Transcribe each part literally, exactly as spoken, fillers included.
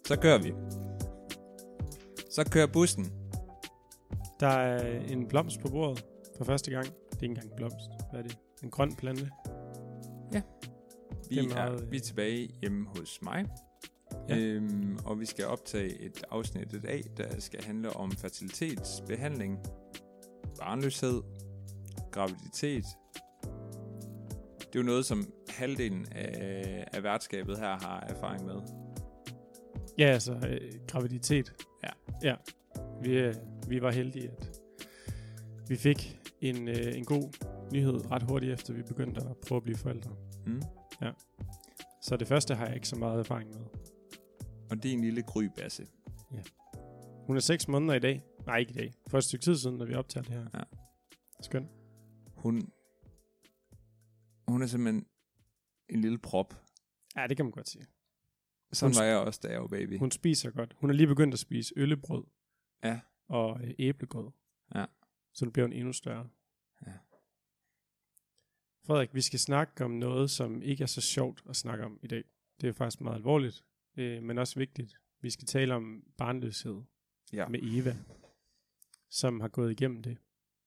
Så kører vi. Så kører bussen. Der er en blomst på bordet for første gang. Det er ikke engang en blomst. Hvad er det? En grøn plante. Ja. Vi er er, meget, er, vi er tilbage hjemme hos mig. Ja. Øhm, og vi skal optage et afsnit i dag, der skal handle om fertilitetsbehandling, barnløshed, graviditet. Det er jo noget, som halvdelen af, af værtskabet her har erfaring med. Ja, altså øh, graviditet. Ja. Ja. Vi, øh, vi var heldige, at vi fik en, øh, en god nyhed ret hurtigt efter, vi begyndte at prøve at blive forældre. Mm. Ja. Så det første har jeg ikke så meget erfaring med. Og det er en lille grybasse. Ja. Hun er seks måneder i dag. Nej, ikke i dag. For et stykke tid siden, når vi optager det her. Ja. Skøn. Hun, hun er simpelthen en lille prop. Ja, det kan man godt sige. Sådan Hun var jeg også, da jeg var baby. Hun spiser godt. Hun er lige begyndt at spise øllebrød. Ja. Og øh, æblegrød. Ja. Så nu bliver hun endnu større. Ja. Frederik, vi skal snakke om noget, som ikke er så sjovt at snakke om i dag. Det er faktisk meget alvorligt, øh, men også vigtigt. Vi skal tale om barnløshed Ja. med Eva, som har gået igennem det.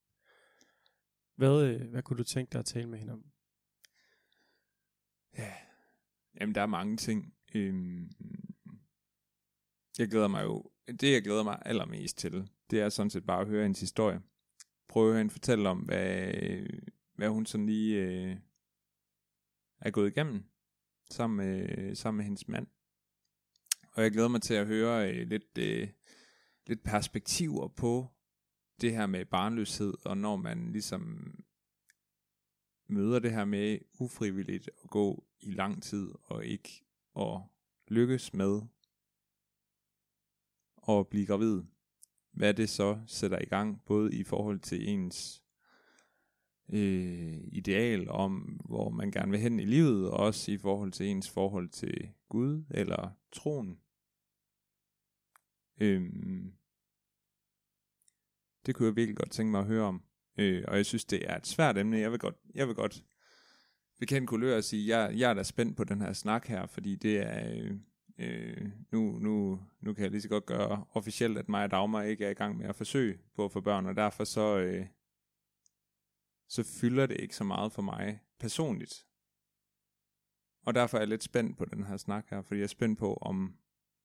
Hvad, øh, hvad kunne du tænke dig at tale med hende om? Ja. Jamen, der er mange ting. Øhm, jeg glæder mig jo, det jeg glæder mig allermest til, det er sådan set bare at høre hendes historie. Prøve at høre hende fortælle om, hvad, hvad hun sådan lige øh, er gået igennem sammen med, sammen med hendes mand. Og jeg glæder mig til at høre øh, lidt, øh, lidt perspektiver på det her med barnløshed, og når man ligesom møder det her med ufrivilligt at gå i lang tid, og ikke at lykkes med at blive gravid. Hvad det så sætter i gang, både i forhold til ens øh, ideal om, hvor man gerne vil hen i livet, og også i forhold til ens forhold til Gud eller troen. Øhm, det kunne jeg virkelig godt tænke mig at høre om. Øh, og jeg synes, det er et svært emne. Jeg vil godt, jeg vil godt bekendt kulør at sige, jeg, jeg er da spændt på den her snak her, fordi det er... Øh, Øh, nu, nu, nu kan jeg lige så godt gøre officielt, at mig og Dagmar ikke er i gang med at forsøge på at få børn, og derfor så, øh, så fylder det ikke så meget for mig personligt. Og derfor er jeg lidt spændt på den her snak her, fordi jeg er spændt på om,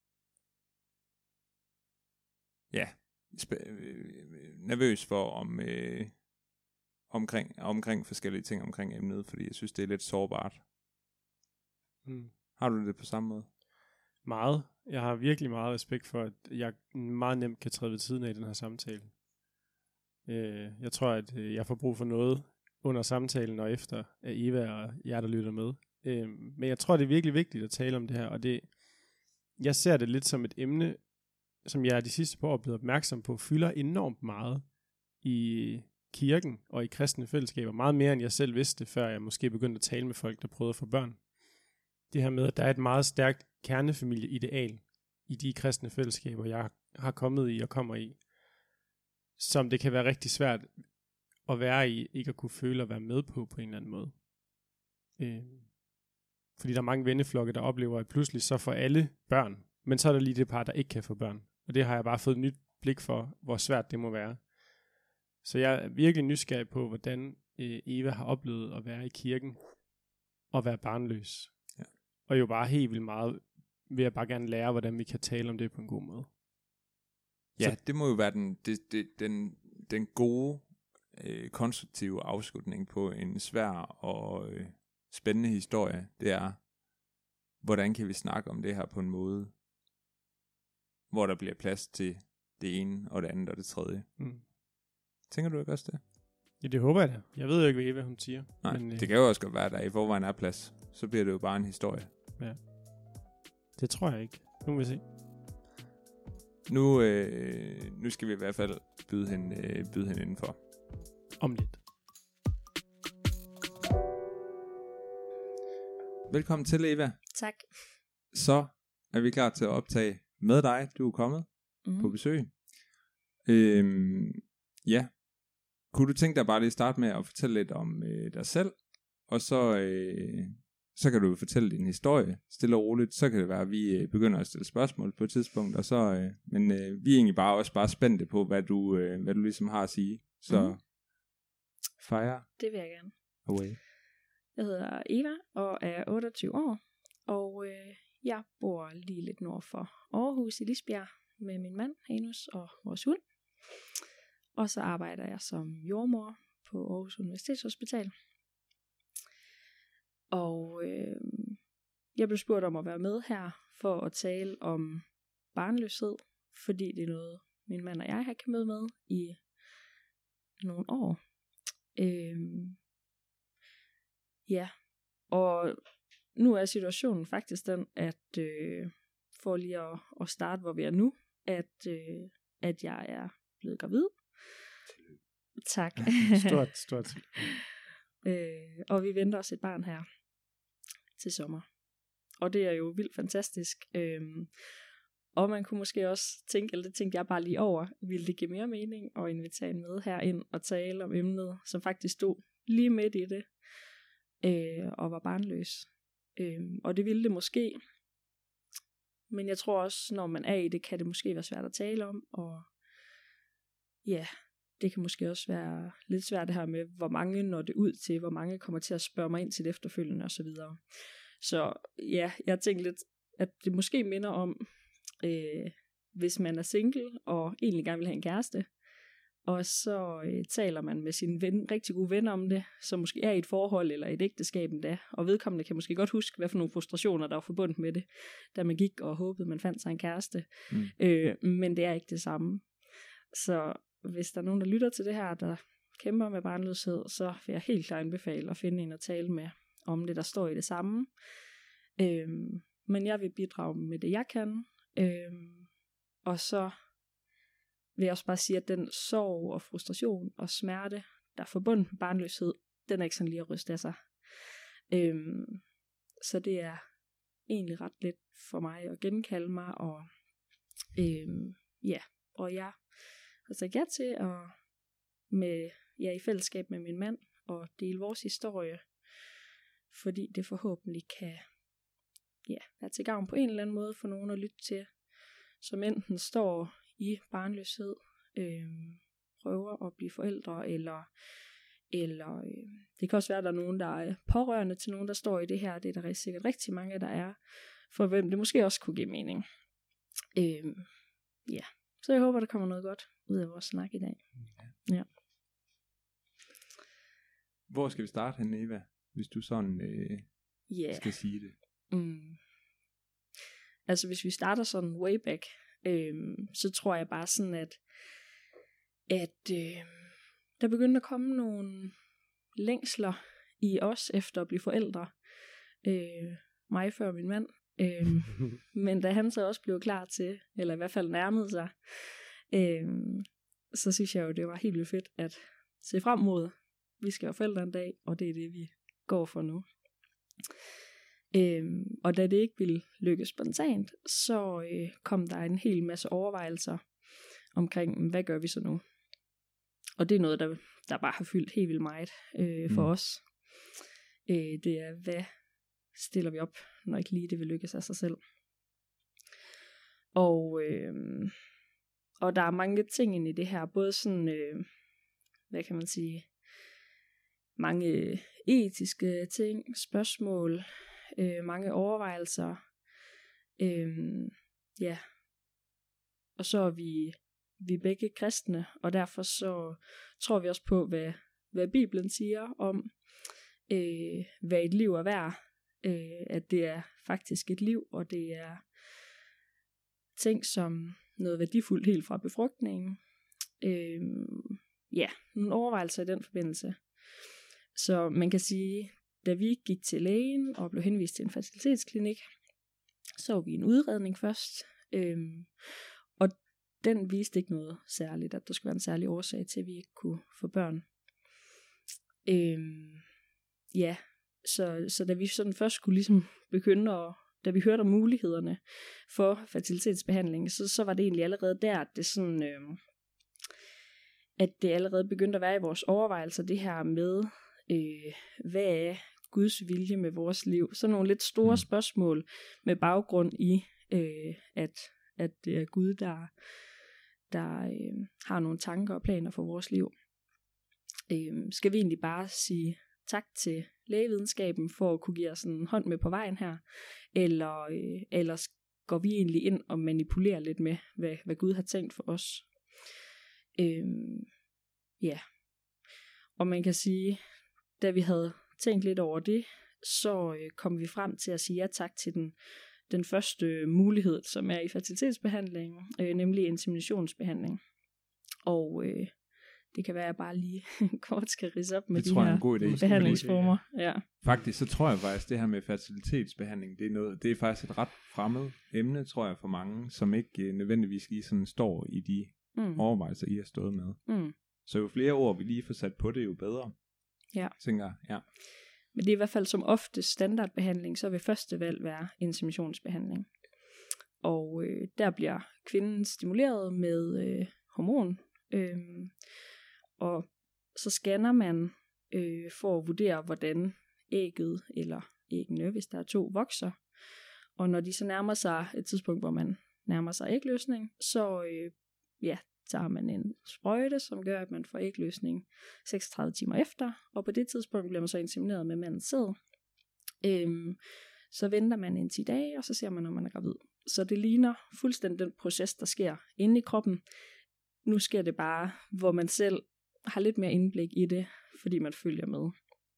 ja, spæ- øh, nervøs for om, øh, omkring, omkring forskellige ting omkring emnet, fordi jeg synes, det er lidt sårbart. Hmm. Har du det på samme måde? Meget. Jeg har virkelig meget respekt for, at jeg meget nemt kan træde ved siden af i den her samtale. Øh, jeg tror, at jeg får brug for noget under samtalen og efter af Eva og jer, der lytter med. Øh, men jeg tror, det er virkelig vigtigt at tale om det her, og det, jeg ser det lidt som et emne, som jeg de sidste par år er blevet opmærksom på, fylder enormt meget i kirken og i kristne fællesskaber. Meget mere, end jeg selv vidste, før jeg måske begyndte at tale med folk, der prøvede at få børn. Det her med, at der er et meget stærkt kernefamilieideal i de kristne fællesskaber, jeg har kommet i og kommer i, som det kan være rigtig svært at være i, ikke at kunne føle at være med på på en eller anden måde. Øh, fordi der er mange venneflokke, der oplever, at pludselig så får alle børn, men så er der lige det par, der ikke kan få børn. Og det har jeg bare fået et nyt blik for, hvor svært det må være. Så jeg er virkelig nysgerrig på, hvordan øh, Eva har oplevet at være i kirken og være barnløs. Og jo bare helt vildt meget vil jeg bare gerne lære, hvordan vi kan tale om det på en god måde. Ja, så det må jo være den, det, det, den, den gode, øh, konstruktive afslutning på en svær og øh, spændende historie. Det er, hvordan kan vi snakke om det her på en måde, hvor der bliver plads til det ene og det andet og det tredje. Mm. Tænker du ikke også det? Ja, det håber jeg da. Jeg ved jo ikke, hvad Eva hun siger. Nej, men, øh, det kan jo også godt være, at der i forvejen er plads. Så bliver det jo bare en historie. Ja. Det tror jeg ikke. Nu vil vi se. Nu, øh, nu skal vi i hvert fald byde hende, øh, byde hende indenfor. Om lidt. Velkommen til, Eva. Tak. Så er vi klar til at optage med dig. Du er kommet mm. på besøg. Øhm, ja. Kunne du tænke dig bare lige at starte med at fortælle lidt om øh, dig selv, og så, øh, så kan du fortælle din historie stille og roligt. Så kan det være, at vi øh, begynder at stille spørgsmål på et tidspunkt. Og så, øh, men øh, vi er egentlig bare også bare spændte på, hvad du, øh, hvad du ligesom har at sige. Så mm. fire. Det vil jeg gerne. Away. Jeg hedder Eva og er otteogtyve år. Og øh, jeg bor lige lidt nord for Aarhus i Lisbjerg med min mand, Hanus, og vores hund. Og så arbejder jeg som jordmor på Aarhus Universitetshospital. Og øh, jeg blev spurgt om at være med her for at tale om barnløshed, fordi det er noget, min mand og jeg har kan møde med i nogle år. Øh, ja, og nu er situationen faktisk den, at øh, for lige at, at starte, hvor vi er nu, at, øh, at jeg er blevet gravid. Tak. Stort, stort. øh, og vi venter os et barn her til sommer. Og det er jo vildt fantastisk. Øhm, og man kunne måske også tænke, eller det tænkte jeg bare lige over, ville det give mere mening at invitere en med herind og tale om emnet, som faktisk stod lige midt i det, øh, og var barnløs. Øhm, og det ville det måske. Men jeg tror også, når man er i det, kan det måske være svært at tale om, og ja, det kan måske også være lidt svært det her med, hvor mange når det ud til, hvor mange kommer til at spørge mig ind til det efterfølgende og så videre. Så ja, jeg tænkte lidt, at det måske minder om, øh, hvis man er single og egentlig gerne vil have en kæreste, og så øh, taler man med sine ven, rigtig gode venner om det, som måske er i et forhold eller et ægteskab endda, og vedkommende kan måske godt huske, hvad for nogle frustrationer, der var forbundet med det, da man gik og håbede, man fandt sig en kæreste. Mm. Øh, men det er ikke det samme. Så hvis der er nogen, der lytter til det her, der kæmper med barnløshed, så vil jeg helt klart anbefale at finde en at tale med om det, der står i det samme. Øhm, men jeg vil bidrage med det, jeg kan. Øhm, og så vil jeg også bare sige, at den sorg og frustration og smerte, der er forbundet med barnløshed, den er ikke sådan lige at ryste af sig. Øhm, så det er egentlig ret let for mig at genkalde mig, og øhm, ja, og jeg har sagt ja til at med, ja, i fællesskab med min mand og dele vores historie, fordi det forhåbentlig kan ja, være til gavn på en eller anden måde for nogen at lytte til, som enten står i barnløshed, øh, prøver at blive forældre, eller, eller øh, det kan også være, at der er nogen, der er pårørende til nogen, der står i det her. Det er der sikkert rigtig mange, der er, for hvem det måske også kunne give mening. Øh, ja, så jeg håber, der kommer noget godt ud af vores snak i dag. Ja. Ja. Hvor skal vi starte henne, Eva, hvis du sådan øh, yeah. skal sige det? Mm. Altså hvis vi starter sådan way back, øh, så tror jeg bare sådan, at, at øh, der begyndte at komme nogle længsler i os efter at blive forældre. Øh, mig før min mand. Øh, men da han så også blev klar til, eller i hvert fald nærmede sig, øh, så synes jeg jo, det var helt vildt fedt at se frem mod. Vi skal være forældre en dag, og det er det, vi går for nu. Øhm, og da det ikke ville lykkes spontant, så øh, kom der en hel masse overvejelser omkring, hvad gør vi så nu? Og det er noget, der, der bare har fyldt helt vildt meget øh, for mm. os. Øh, det er, hvad stiller vi op, når ikke lige det vil lykkes af sig selv? Og, øh, og der er mange ting ind i det her, både sådan, øh, hvad kan man sige, mange etiske ting, spørgsmål, øh, mange overvejelser, øh, ja, og så er vi, vi er begge kristne, og derfor så tror vi også på, hvad, hvad Bibelen siger om, øh, hvad et liv er værd, øh, at det er faktisk et liv, og det er ting som noget værdifuldt helt fra befrugtningen, øh, ja, nogle overvejelser i den forbindelse. Så man kan sige, da vi gik til lægen og blev henvist til en fertilitetsklinik, så var vi en udredning først. Øhm, og den viste ikke noget særligt, at der skulle være en særlig årsag til, at vi ikke kunne få børn. Øhm, ja, så, så da vi sådan først skulle ligesom begynde at, da vi hørte om mulighederne for fertilitetsbehandling, så, så var det egentlig allerede der, at det sådan, øhm, at det allerede begyndte at være i vores overvejelser, det her med, Øh, hvad er Guds vilje med vores liv? Så nogle lidt store mm. spørgsmål med baggrund i, øh, at, at det er Gud, der, der øh, har nogle tanker og planer for vores liv. Øh, skal vi egentlig bare sige tak til lægevidenskaben for at kunne give os en hånd med på vejen her? Eller, øh, eller går vi egentlig ind og manipulerer lidt med, hvad, hvad Gud har tænkt for os? Øh, ja. Og man kan sige, da vi havde tænkt lidt over det, så øh, kom vi frem til at sige ja tak til den, den første mulighed, som er i fertilitetsbehandling, øh, nemlig inseminationsbehandling. Og øh, det kan være, at jeg bare lige kort skal ridse op med det de her her en god idé. behandlingsformer. Ja. Faktisk så tror jeg faktisk, det her med fertilitetsbehandling, det er, noget, det er faktisk et ret fremmed emne, tror jeg, for mange, som ikke øh, nødvendigvis lige sådan står i de mm. overvejelser, I har stået med. Mm. Så jo flere ord vi lige får sat på det, jo bedre. Ja. Tænker jeg, ja. Men det er i hvert fald som ofte standardbehandling, så vil første valg være inseminationsbehandling. Og øh, der bliver kvinden stimuleret med øh, hormon, øh, og så scanner man øh, for at vurdere, hvordan ægget eller æggene, hvis der er to, vokser. Og når de så nærmer sig et tidspunkt, hvor man nærmer sig ægløsning, så øh, ja, tager man en sprøjte, som gør, at man får ægløsning seksogtredive timer efter, og på det tidspunkt bliver man så insemineret med mandens sæd. Øhm, så venter man en ti dage, og så ser man, når man er gravid. Så det ligner fuldstændig den proces, der sker inde i kroppen. Nu sker det bare, hvor man selv har lidt mere indblik i det, fordi man følger med.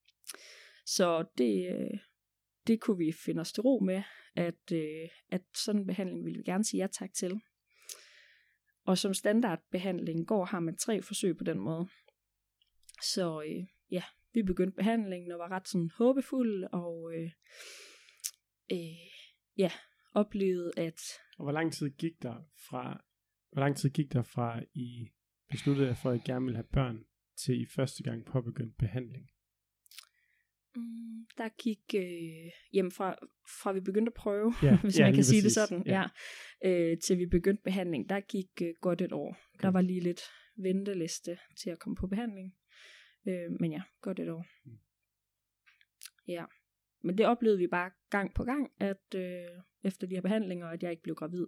Så det, det kunne vi finde os til ro med, at, at sådan en behandling vil vi gerne sige ja tak til. Og som standardbehandling går, har man tre forsøg på den måde. Så øh, ja, vi begyndte behandlingen og var ret sådan håbefulde, og øh, øh, ja, oplevede at... Og hvor lang tid gik der fra, hvor lang tid gik der fra I besluttede jer for, at I gerne ville have børn, til I første gang påbegyndte behandling? Mm, der gik øh, hjem fra, fra vi begyndte at prøve, ja, hvis ja, man kan sige præcis. det sådan, ja. Ja, øh, til vi begyndte behandling, der gik øh, godt et år. Okay. Der var lige lidt venteliste til at komme på behandling, øh, men ja, godt et år. Mm. Ja, men det oplevede vi bare gang på gang, at øh, efter de her behandlinger, at jeg ikke blev gravid.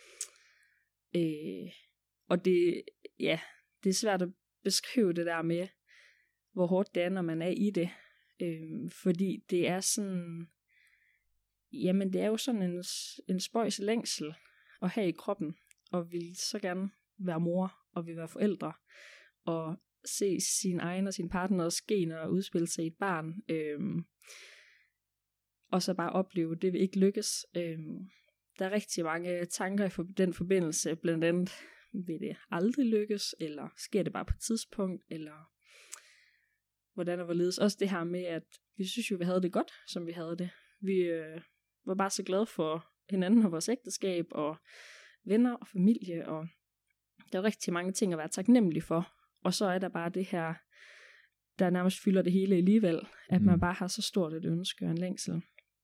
Øh, og det, ja, det er svært at beskrive det der med, hvor hårdt det er, når man er i det. Øhm, fordi det er sådan, jamen det er jo sådan en, en spøjs længsel at have i kroppen, og vil så gerne være mor, og vil være forældre, og se sin egen og sin partners gener udspille sig i et barn, øhm, og så bare opleve, det vil ikke lykkes. Øhm, der er rigtig mange tanker i for, den forbindelse, blandt andet, vil det aldrig lykkes, eller sker det bare på et tidspunkt, eller hvordan og hvorledes. Også det her med, at vi synes jo, vi havde det godt, som vi havde det. Vi øh, var bare så glade for hinanden og vores ægteskab, og venner og familie, og der er rigtig mange ting at være taknemmelig for. Og så er der bare det her, der nærmest fylder det hele alligevel, at mm. man bare har så stort et ønske og en længsel.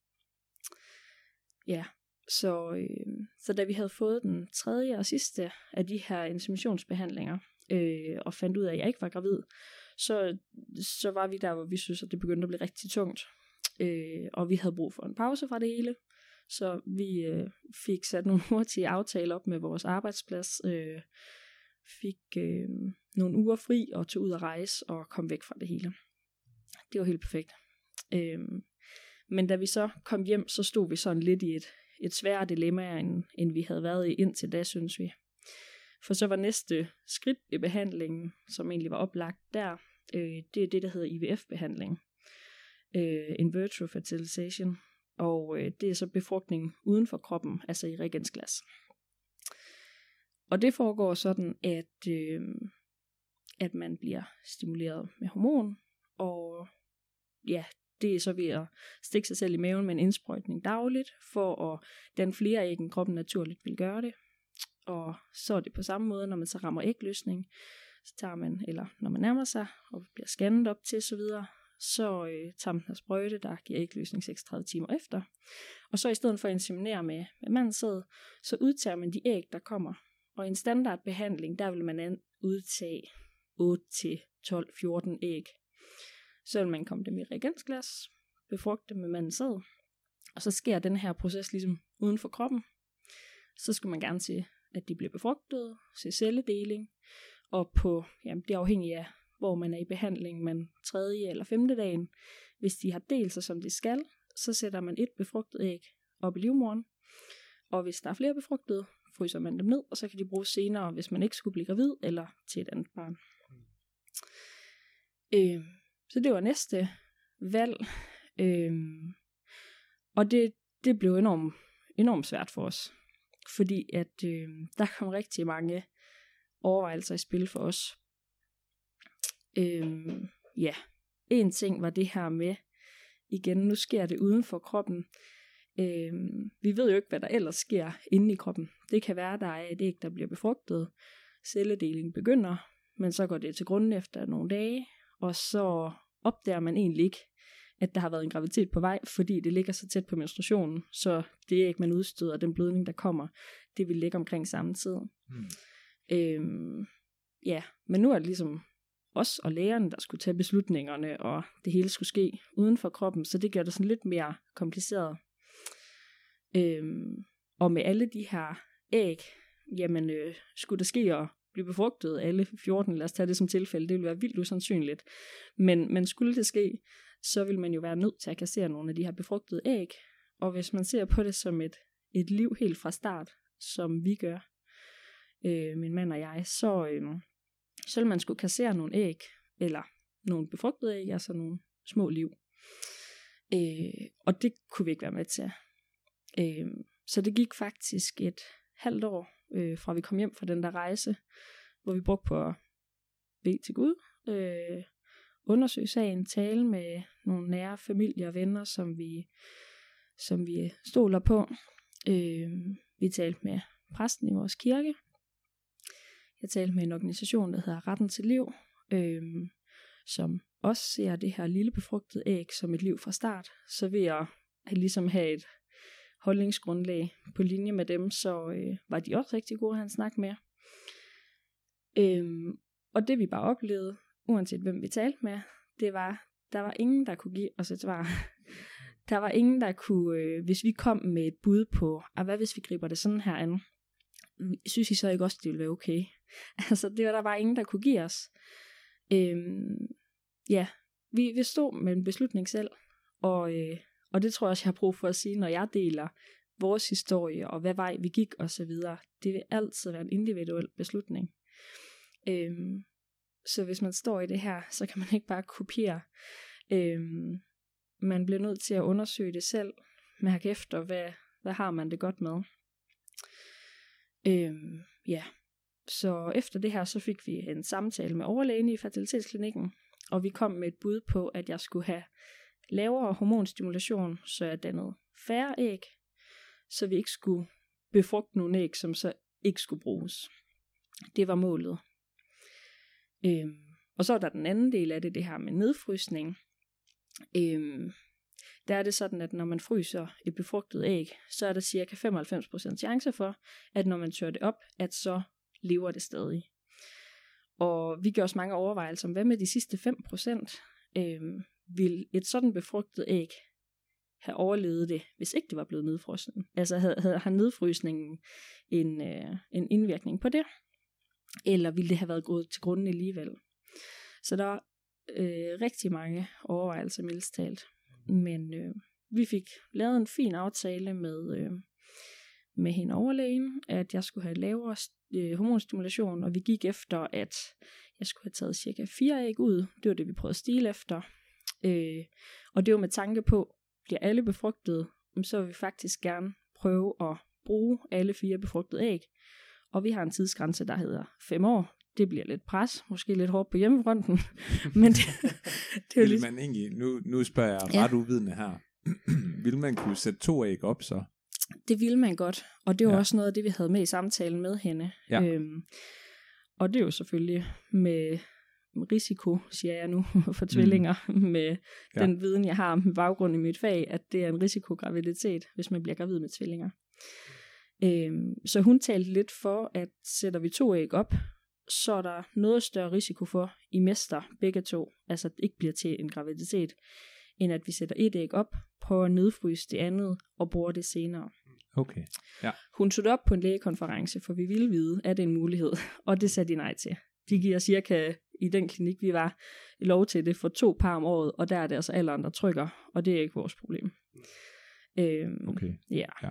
Ja, så, øh, så da vi havde fået den tredje og sidste af de her inseminationsbehandlinger, øh, og fandt ud af, at jeg ikke var gravid, så, så var vi der, hvor vi synes, at det begyndte at blive rigtig tungt. Øh, og vi havde brug for en pause fra det hele. Så vi øh, fik sat nogle hurtige aftaler op med vores arbejdsplads. Øh, fik øh, nogle uger fri og tog ud at rejse og kom væk fra det hele. Det var helt perfekt. Øh, men da vi så kom hjem, så stod vi sådan lidt i et, et sværere dilemma, end, end vi havde været i indtil da, synes vi. For så var næste skridt i behandlingen, som egentlig var oplagt der, øh, det er det, der hedder I V F-behandling. Øh, in vitro fertilization. Og øh, det er så befrugtning uden for kroppen, altså i reagensglas. Og det foregår sådan, at, øh, at man bliver stimuleret med hormon, og ja, det er så ved at stikke sig selv i maven med en indsprøjtning dagligt, for at danne flere æg, end kroppen naturligt vil gøre det. Og så er det på samme måde, når man så rammer ægløsning, så tager man, eller når man nærmer sig, og bliver scannet op til så videre, så øh, tager man en sprøjte, der giver ægløsning seksogtredive timer efter. Og så i stedet for at inseminere med, med mandens sæd, så udtager man de æg, der kommer. Og i en standardbehandling, der vil man udtage otte til tolv fjorten æg. Så vil man komme dem i reagensglas, befrugte med mandens sæd, og så sker den her proces ligesom uden for kroppen. Så skal man gerne se, at de bliver befrugtet, se celledeling, og på, jamen det er afhængigt af, hvor man er i behandling, men tredje eller femte dagen, hvis de har delt sig som de skal, så sætter man et befrugtet æg op i livmoderen, og hvis der er flere befrugtede, fryser man dem ned, og så kan de bruges senere, hvis man ikke skulle blive gravid, eller til et andet barn. Mm. Øh, så det var næste valg, øh, og det, det blev enormt, enormt svært for os, fordi at øh, der kom rigtig mange overvejelser i spil for os. Øh, ja, en ting var det her med, igen, nu sker det uden for kroppen. Øh, vi ved jo ikke, hvad der ellers sker inde i kroppen. Det kan være, der er et æg, der bliver befrugtet, celledeling begynder, men så går det til grunden efter nogle dage, og så opdager man egentlig ikke, at der har været en graviditet på vej, fordi det ligger så tæt på menstruationen, så det æg, man udstøder, den blødning, der kommer, det vil ligge omkring samme tid. Mm. Øhm, ja, men nu er det ligesom os og lægerne, der skulle tage beslutningerne, og det hele skulle ske uden for kroppen, så det gør det sådan lidt mere kompliceret. Øhm, og med alle de her æg, jamen øh, skulle der ske at blive befrugtet alle fjorten, lad os tage det som tilfælde, det ville være vildt usandsynligt. Men, men skulle det ske, så vil man jo være nødt til at kassere nogle af de her befrugtede æg. Og hvis man ser på det som et, et liv helt fra start, som vi gør, øh, min mand og jeg, så, øh, så vil man skulle kassere nogle æg, eller nogle befrugtede æg, altså nogle små liv. Øh, og det kunne vi ikke være med til. Øh, så det gik faktisk et halvt år, øh, fra vi kom hjem fra den der rejse, hvor vi brugte på at bede til Gud, øh, undersøge sagen, tale med nogle nære familie og venner, som vi, som vi stoler på. Øh, vi talte med præsten i vores kirke. Jeg talte med en organisation, der hedder Retten til Liv, øh, som også ser det her lille befrugtede æg som et liv fra start. Så ved at ligesom have et holdningsgrundlag på linje med dem, så øh, var de også rigtig gode at have en snak med. Øhm, og det vi bare oplevede, uanset hvem vi talte med, det var, der var ingen, der kunne give os et svar. Der var ingen, der kunne, øh, hvis vi kom med et bud på, ah, hvad hvis vi griber det sådan her an, synes I så ikke også, det ville være okay? Altså, det var der bare ingen, der kunne give os. Øhm, ja, vi, vi stod med en beslutning selv, og, øh, og det tror jeg også, jeg har brug for at sige, når jeg deler vores historie, og hvad vej vi gik, og så videre. Det vil altid være en individuel beslutning. Øhm, så hvis man står i det her, så kan man ikke bare kopiere. Øhm, man bliver nødt til at undersøge det selv, mærke efter, hvad, hvad har man det godt med. Øhm, ja, så efter det her, så fik vi en samtale med overlægen i fertilitetsklinikken, og vi kom med et bud på, at jeg skulle have lavere hormonstimulation, så jeg dannede færre æg, så vi ikke skulle befrugte nogle æg, som så ikke skulle bruges. Det var målet. Øhm, og så er der den anden del af det, det her med nedfrysning. Øhm, der er det sådan, at når man fryser et befrugtet æg, så er der cirka femoghalvfems procent chance for, at når man tør det op, at så lever det stadig. Og vi gør også mange overvejelser om, hvad med de sidste fem procent? Øhm, vil et sådan befrugtet æg have overlevet det, hvis ikke det var blevet nedfrosset? Altså havde, havde, havde nedfrysningen en, øh, en indvirkning på det? Eller ville det have været gået til grunden alligevel? Så der var øh, rigtig mange overvejelser, mildest talt. Men øh, vi fik lavet en fin aftale med, øh, med hende overlægen, at jeg skulle have lavere øh, hormonstimulation, og vi gik efter, at jeg skulle have taget cirka fire æg ud. Det var det, vi prøvede at stile efter. Øh, og det var med tanke på, bliver alle befrugtede, så vil vi faktisk gerne prøve at bruge alle fire befrugtede æg. Og vi har en tidsgrænse, der hedder fem år. Det bliver lidt pres, måske lidt hårdt på hjemmefronten. Men det, det er vil ligesom... man egentlig, nu, nu spørger jeg ja. ret uvidende her, vil man kunne sætte to æg op så? Det ville man godt, og det var ja. også noget af det, vi havde med i samtalen med hende. Ja. Øhm, og det er jo selvfølgelig med risiko, siger jeg nu, for tvillinger, mm. med ja. den viden, jeg har med baggrund i mit fag, at det er en risikograviditet, hvis man bliver gravid med tvillinger. Øhm, så hun talte lidt for, at sætter vi to æg op, så er der noget større risiko for, I mister begge to, altså at det ikke bliver til en graviditet, end at vi sætter et æg op, prøver at nedfryse det andet, og bruger det senere. Okay, ja. Hun tog det op på en lægekonference, for vi ville vide, at det er en mulighed, og det sagde de nej til. De giver cirka, i den klinik vi var, lov til det for to par om året, og der er det altså alle andre trykker, og det er ikke vores problem. Øhm, Okay, ja. ja.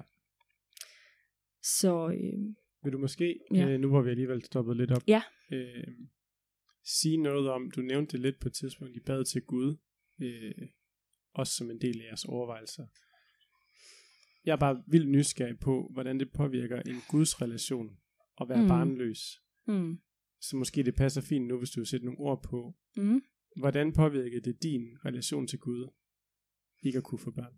Så, øhm, Vil du måske, Ja. øh, nu hvor vi alligevel stoppet lidt op, Ja. øh, sige noget om, du nævnte det lidt på et tidspunkt, I bad til Gud, øh, også som en del af jeres overvejelser. Jeg er bare vildt nysgerrig på, hvordan det påvirker en Guds relation at være Mm. mm. barnløs. mm, Så måske det passer fint nu, hvis du vil sætte nogle ord på. mm. Hvordan påvirker det din relation til Gud, ikke at kunne få børn?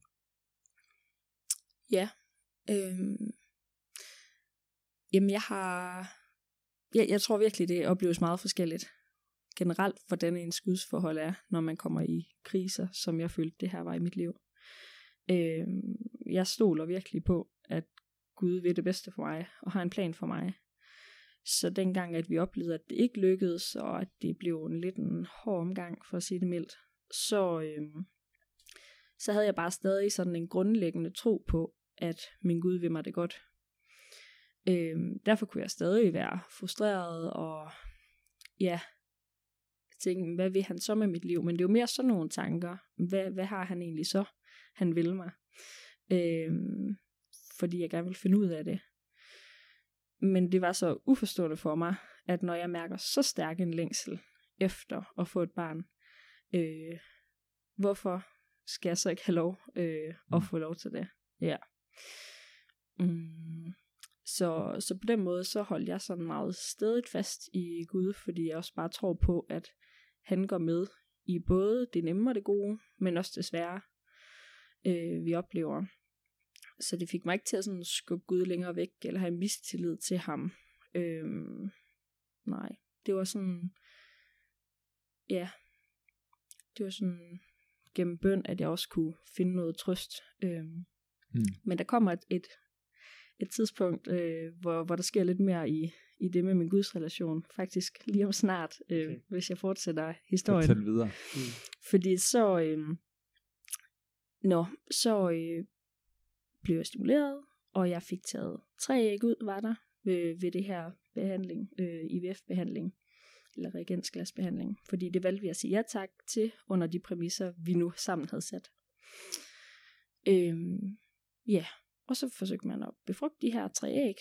Ja. Øhm, jamen, jeg har... Jeg, jeg tror virkelig, det opleves meget forskelligt. Generelt, hvordan ens gudsforhold er, når man kommer i kriser, som jeg følte, det her var i mit liv. Øhm, jeg stoler virkelig på, at Gud ved det bedste for mig, og har en plan for mig. Så dengang, at vi oplevede, at det ikke lykkedes, og at det blev en lidt en hård omgang, for at sige det mildt, så, øhm, så havde jeg bare stadig sådan en grundlæggende tro på, at min Gud vil mig det godt. Øhm, derfor kunne jeg stadig være frustreret, og ja, tænke, hvad vil han så med mit liv? Men det er jo mere sådan nogle tanker. Hvad, hvad har han egentlig så, han vil mig? Øhm, fordi jeg gerne vil finde ud af det. Men det var så uforståeligt for mig, at når jeg mærker så stærk en længsel efter at få et barn, øh, hvorfor skal jeg så ikke have lov øh, at få lov til det? Ja. Mm. Så, så på den måde, så holdt jeg sådan meget stædigt fast i Gud, fordi jeg også bare tror på, at han går med i både det nemme og det gode, men også det svære, øh, vi oplever. Så det fik mig ikke til at sådan skubbe Gud længere væk, eller have mistillid til ham. Øhm, nej, det var sådan, ja, det var sådan gennem bøn, at jeg også kunne finde noget trøst. Øhm, Mm. Men der kommer et, et, et tidspunkt, øh, hvor, hvor der sker lidt mere i, i det med min Guds relation. Faktisk lige om snart, øh, okay. hvis jeg fortsætter historien. Fortæl videre. Mm. Fordi så, øh, nå, så øh, blev jeg stimuleret, og jeg fik taget tre æg ud, var der, ved, ved det her behandling, øh, I V F-behandling, eller reagensglasbehandling. Fordi det valgte vi at sige ja tak til, under de præmisser, vi nu sammen havde sat. Øh, ja, og så forsøgte man at befrugte de her tre æg.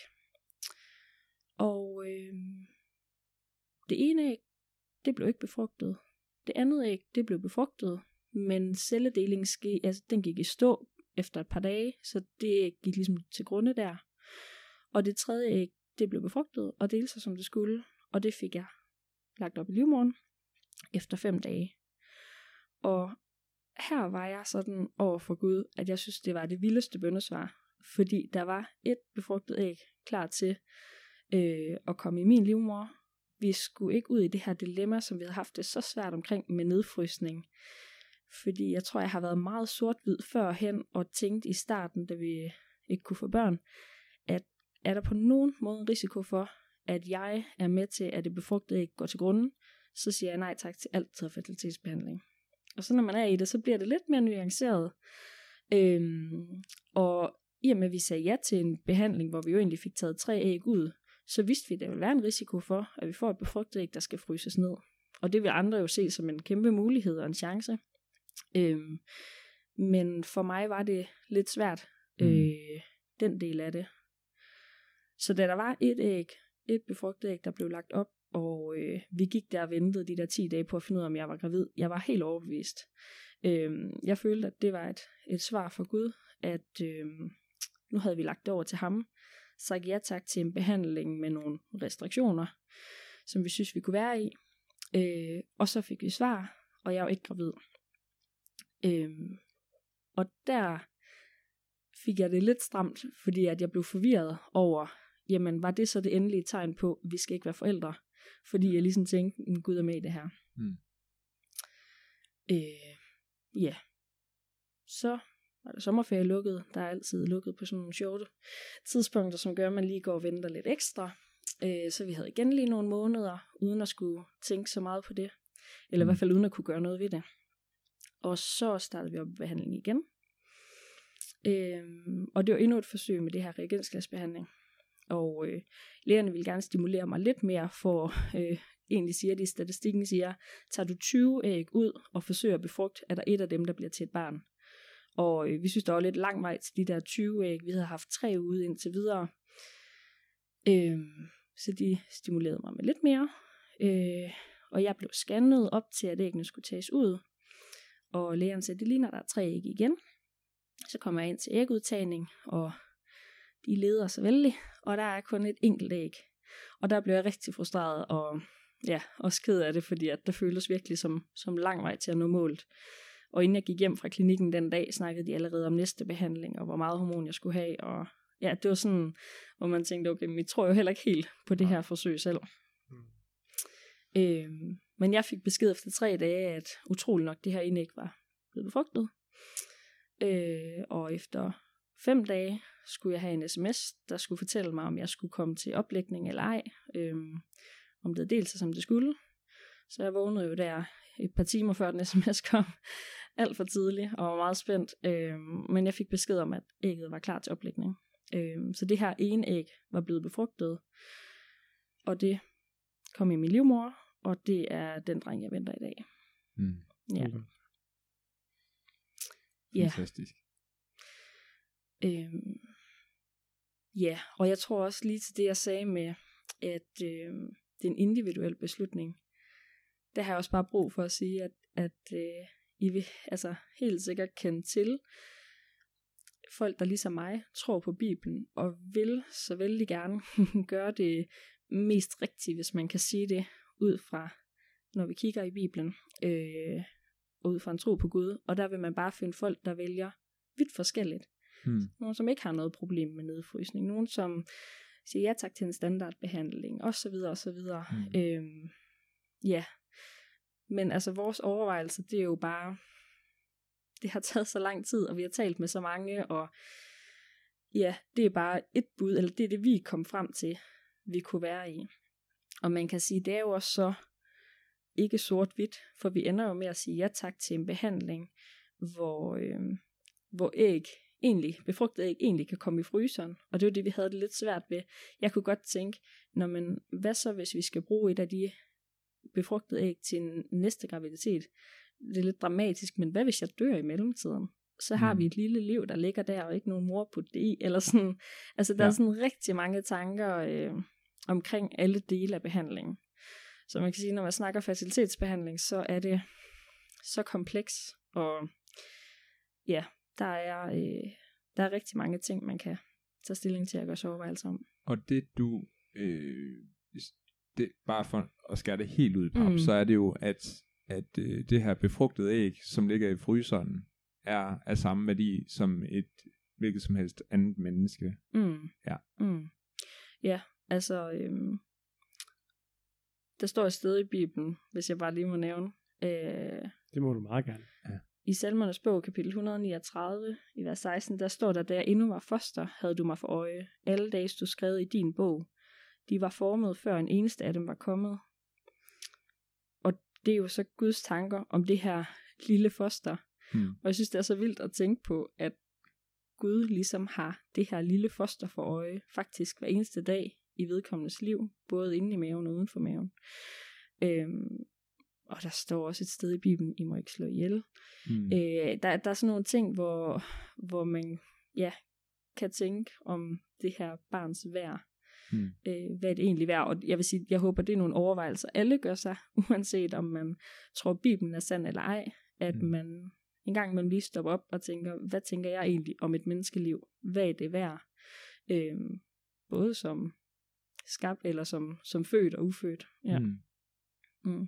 Og øh, det ene æg, det blev ikke befrugtet. Det andet æg, det blev befrugtet, men celledelingen ske, altså, den gik i stå efter et par dage, så det gik ligesom til grunde der. Og det tredje æg, det blev befrugtet og delte sig som det skulle, og det fik jeg lagt op i livmoderen efter fem dage. Og her var jeg sådan over for Gud, at jeg synes, det var det vildeste bønnesvar, fordi der var et befrugtet æg klar til øh, at komme i min livmor. Vi skulle ikke ud i det her dilemma, som vi havde haft det så svært omkring med nedfrysning. Fordi jeg tror, jeg har været meget sort-hvid førhen, og tænkt i starten, da vi ikke kunne få børn, at er der på nogen måde en risiko for, at jeg er med til, at det befrugtede æg går til grunden, så siger jeg nej tak til alt fertilitetsbehandling. Og så når man er i det, så bliver det lidt mere nuanceret. Øhm, og i og med, at vi sagde ja til en behandling, hvor vi jo egentlig fik taget tre æg ud, så vidste vi, at der ville være en risiko for, at vi får et befrugtet æg, der skal fryses ned. Og det vil andre jo se som en kæmpe mulighed og en chance. Øhm, men for mig var det lidt svært, øh, mm. den del af det. Så da der var et æg, et befrugtet æg, der blev lagt op, og øh, vi gik der og ventede de der ti dage på at finde ud af, om jeg var gravid. Jeg var helt overbevist. Øhm, jeg følte, at det var et, et svar fra Gud, at øh, nu havde vi lagt det over til ham, sagt ja tak til en behandling med nogle restriktioner, som vi synes, vi kunne være i. Øh, og så fik vi svar, og jeg var ikke gravid. Øh, og der fik jeg det lidt stramt, fordi at jeg blev forvirret over, jamen var det så det endelige tegn på, at vi skal ikke være forældre? Fordi jeg ligesom tænkte, Gud er med i det her. Mm. Øh, ja. Så var der sommerferie lukket. Der er altid lukket på sådan nogle sjove tidspunkter, som gør, at man lige går og venter lidt ekstra. Øh, så vi havde igen lige nogle måneder, uden at skulle tænke så meget på det. Eller mm. i hvert fald uden at kunne gøre noget ved det. Og så startede vi op med behandling igen. Øhm, og det var endnu et forsøg med det her reagensglasbehandling. Og øh, lægerne ville gerne stimulere mig lidt mere, for øh, egentlig siger de, statistikken siger, tager du tyve æg ud og forsøger at befrugte, er der et af dem, der bliver til et barn. Og øh, vi synes, der var lidt lang vej til de der tyve æg. Vi havde haft tre ude indtil videre. Øhm, så de stimulerede mig med lidt mere. Øh, og jeg blev scannet op til, at æggene skulle tages ud. Og lægeren sagde, det ligner, der er tre æg igen. Så kommer jeg ind til ægudtagning, og de leder så vældig, og der er kun et enkelt æg. Og der blev jeg rigtig frustreret, og ja, også ked af det, fordi at det føltes virkelig som, som lang vej til at nå målet. Og inden jeg gik hjem fra klinikken den dag, snakkede de allerede om næste behandling, og hvor meget hormon jeg skulle have, og ja, det var sådan, hvor man tænkte, okay, men vi tror jo heller ikke helt på det her forsøg selv. Mm. Øhm, men jeg fik besked efter tre dage, at utrolig nok det her indæg var blevet befrugtet. Øh, og efter fem dage skulle jeg have en sms, der skulle fortælle mig, om jeg skulle komme til oplægning eller ej. Øh, om det delte sig, som det skulle. Så jeg vågnede jo der et par timer før den sms kom. Alt for tidligt, og var meget spændt. Øh, men jeg fik besked om, at ægget var klar til oplægning. Øh, så det her ene æg var blevet befrugtet. Og det kom i min livmor, og det er den dreng, jeg venter i dag. Mm. Ja. Okay. Ja. Fantastisk. Øhm, ja, og jeg tror også lige til det, jeg sagde med, at øhm, det er en individuel beslutning. Det har jeg også bare brug for at sige, at, at øh, I vil altså helt sikkert kende til folk, der ligesom mig tror på Bibelen, og vil så vældig gerne gøre det mest rigtigt, hvis man kan sige det, ud fra, når vi kigger i Bibelen, øh, ud fra en tro på Gud, og der vil man bare finde folk, der vælger vidt forskelligt. Hmm. Nogle, som ikke har noget problem med nedfrysning, nogen, som siger ja tak til en standardbehandling, og så videre, og så videre. Hmm. Øhm, ja, men altså vores overvejelse, det er jo bare, det har taget så lang tid, og vi har talt med så mange, og ja, det er bare et bud, eller det er det, vi kom frem til, vi kunne være i. Og man kan sige, det er jo også så ikke sort-hvidt, for vi ender jo med at sige ja tak til en behandling, hvor, øh, hvor æg egentlig, befrugtet æg egentlig kan komme i fryseren, og det er jo det, vi havde det lidt svært ved. Jeg kunne godt tænke, når man, hvad så hvis vi skal bruge et af de befrugtede æg til en næste graviditet? Det er lidt dramatisk, men hvad hvis jeg dør i mellemtiden? Så har mm. vi et lille liv, der ligger der, og ikke nogen mor på det i, eller sådan. Altså der ja. er sådan rigtig mange tanker øh, omkring alle dele af behandlingen. Så man kan sige, når man snakker fertilitetsbehandling, så er det så kompleks, og ja, der er, øh, der er rigtig mange ting, man kan tage stilling til at gøre sig overvejelser om. Og det du, øh, det, bare for at skære det helt ud i pap, mm. så er det jo, at, at øh, det her befrugtede æg, som ligger i fryseren, er af samme værdi som et hvilket som helst andet menneske. Mm. Ja. Mm. Ja, altså, øh, der står et sted i Bibelen, hvis jeg bare lige må nævne. Øh, det må du meget gerne. Ja. I Salmernes bog, kapitel et hundrede niogtredive, i vers seksten, der står der, da jeg endnu var foster, havde du mig for øje. Alle dage stod skrevet i din bog. De var formet, før en eneste af dem var kommet. Og det er jo så Guds tanker om det her lille foster. Hmm. Og jeg synes, det er så vildt at tænke på, at Gud ligesom har det her lille foster for øje, faktisk hver eneste dag i vedkommendes liv, både inde i maven og uden for maven. Øhm, og der står også et sted i Bibelen, I må ikke slå ihjel. Mm. Øh, der, der er sådan nogle ting, hvor, hvor man ja, kan tænke om det her barns værd. Mm. Øh, hvad er det egentlig værd? Og jeg vil sige, jeg håber, det er nogle overvejelser, alle gør sig, uanset om man tror, Bibelen er sand eller ej, at mm. man en gang man lige stopper op og tænker, hvad tænker jeg egentlig om et menneskeliv? Hvad er det værd? Øh, både som skabt eller som, som født og ufødt. Ja. Mm. Mm.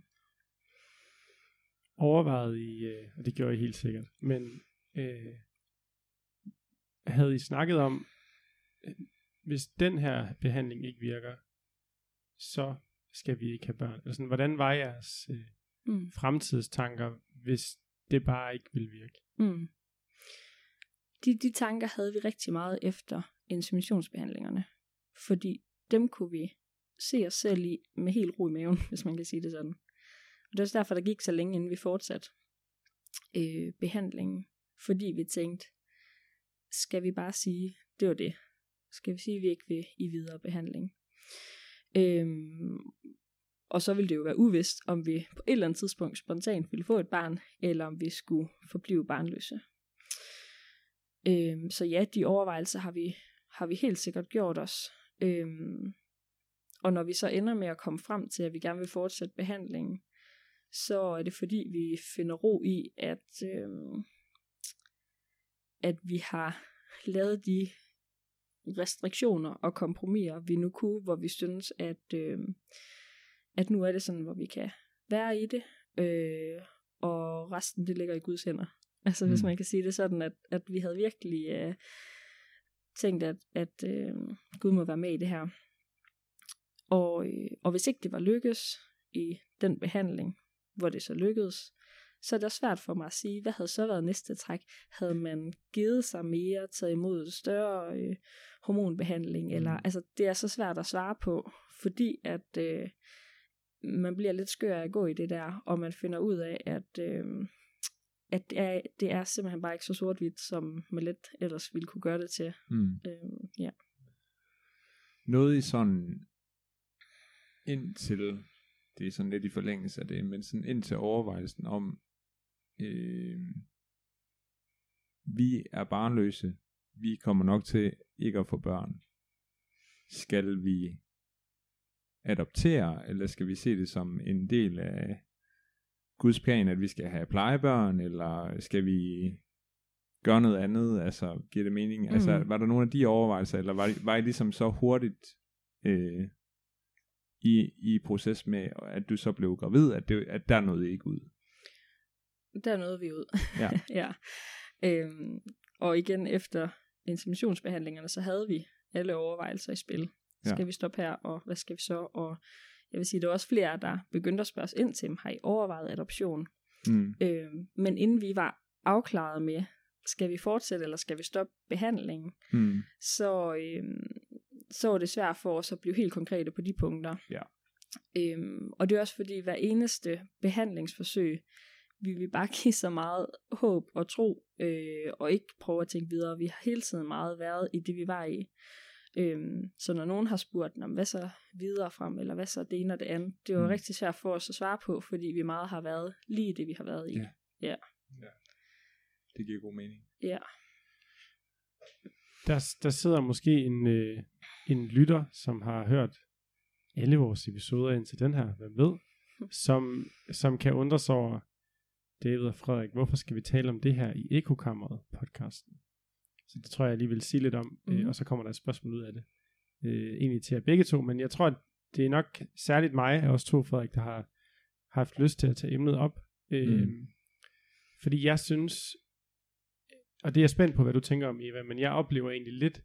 Overvejet I, øh, og det gjorde I helt sikkert, men øh, havde I snakket om, øh, hvis den her behandling ikke virker, så skal vi ikke have børn? Eller sådan, hvordan var jeres øh, mm. fremtidstanker, hvis det bare ikke ville virke? Mm. De, de tanker havde vi rigtig meget efter inseminationsbehandlingerne, fordi dem kunne vi se os selv i med helt ro i maven, hvis man kan sige det sådan. Og det er også derfor, der gik så længe, inden vi fortsatte. øh, behandlingen, fordi vi tænkte, skal vi bare sige, det var det. Skal vi sige, at vi ikke vil i videre behandling. Øhm, og så ville det jo være uvist, om vi på et eller andet tidspunkt spontant ville få et barn, eller om vi skulle forblive barnløse. Øhm, så ja, de overvejelser har vi, har vi helt sikkert gjort os. Øhm, og når vi så ender med at komme frem til, at vi gerne vil fortsætte behandlingen, så er det fordi, vi finder ro i, at, øhm, at vi har lavet de restriktioner og kompromiser, vi nu kunne, hvor vi synes, at, øhm, at nu er det sådan, hvor vi kan være i det, øh, og resten det ligger i Guds hænder. Altså mm. hvis man kan sige det sådan, at, at vi havde virkelig øh, tænkt, at, at øh, Gud må være med i det her. Og, øh, og hvis ikke det var lykkes i den behandling, hvor det så lykkedes, så er det svært for mig at sige, hvad havde så været næste træk? Havde man givet sig mere, taget imod større øh, hormonbehandling? Mm. Eller, altså, det er så svært at svare på, fordi at øh, man bliver lidt skør af at gå i det der, og man finder ud af, at, øh, at det, er, det er simpelthen bare ikke så sort-hvidt, som man lidt ellers ville kunne gøre det til. Mm. Øh, ja. Noget i sådan, indtil, det er sådan lidt i forlængelse af det, men sådan indtil overvejelsen om, øh, vi er barnløse, vi kommer nok til ikke at få børn. Skal vi adoptere, eller skal vi se det som en del af Guds plan, at vi skal have plejebørn, eller skal vi gøre noget andet? Altså, giver det mening? Mm. Altså, var der nogle af de overvejelser, eller var, var I ligesom så hurtigt øh, i, i proces med, at du så blev gravid, at, det, at der nåede ikke ud? Der nåede vi ud. Ja. ja. Øhm, og igen, efter inseminationsbehandlingerne, så havde vi alle overvejelser i spil. Skal ja. vi stoppe her, og hvad skal vi så? Og jeg vil sige, der er også flere, der begyndte at spørge os ind til, har I overvejet adoption? Mm. Øhm, men inden vi var afklaret med, skal vi fortsætte, eller skal vi stoppe behandlingen, mm. så, øhm, så var det svært for os at blive helt konkrete på de punkter. Ja. Øhm, og det er også fordi, hver eneste behandlingsforsøg, vi vil bare give så meget håb og tro, øh, og ikke prøve at tænke videre. Vi har hele tiden meget været i det, vi var i. Øhm, så når nogen har spurgt, hvad så videre frem, eller hvad så det ene og det andet, det er jo mm. rigtig svært for os at svare på, fordi vi meget har været lige det, vi har været i. Ja. Ja. ja. Det giver god mening. Ja. Der, der sidder måske en, øh, en lytter, som har hørt alle vores episoder indtil den her, hvem ved, som, som kan undre sig over, David og Frederik, hvorfor skal vi tale om det her i Ekokammeret podcasten? Så det tror jeg lige vil sige lidt om, mm. øh, og så kommer der et spørgsmål ud af det. Øh, egentlig til jer begge to, men jeg tror, at det er nok særligt mig, og også to, Frederik, der har haft lyst til at tage emnet op. Øh, mm. Fordi jeg synes, og det er jeg spændt på, hvad du tænker om, Eva, men jeg oplever egentlig lidt,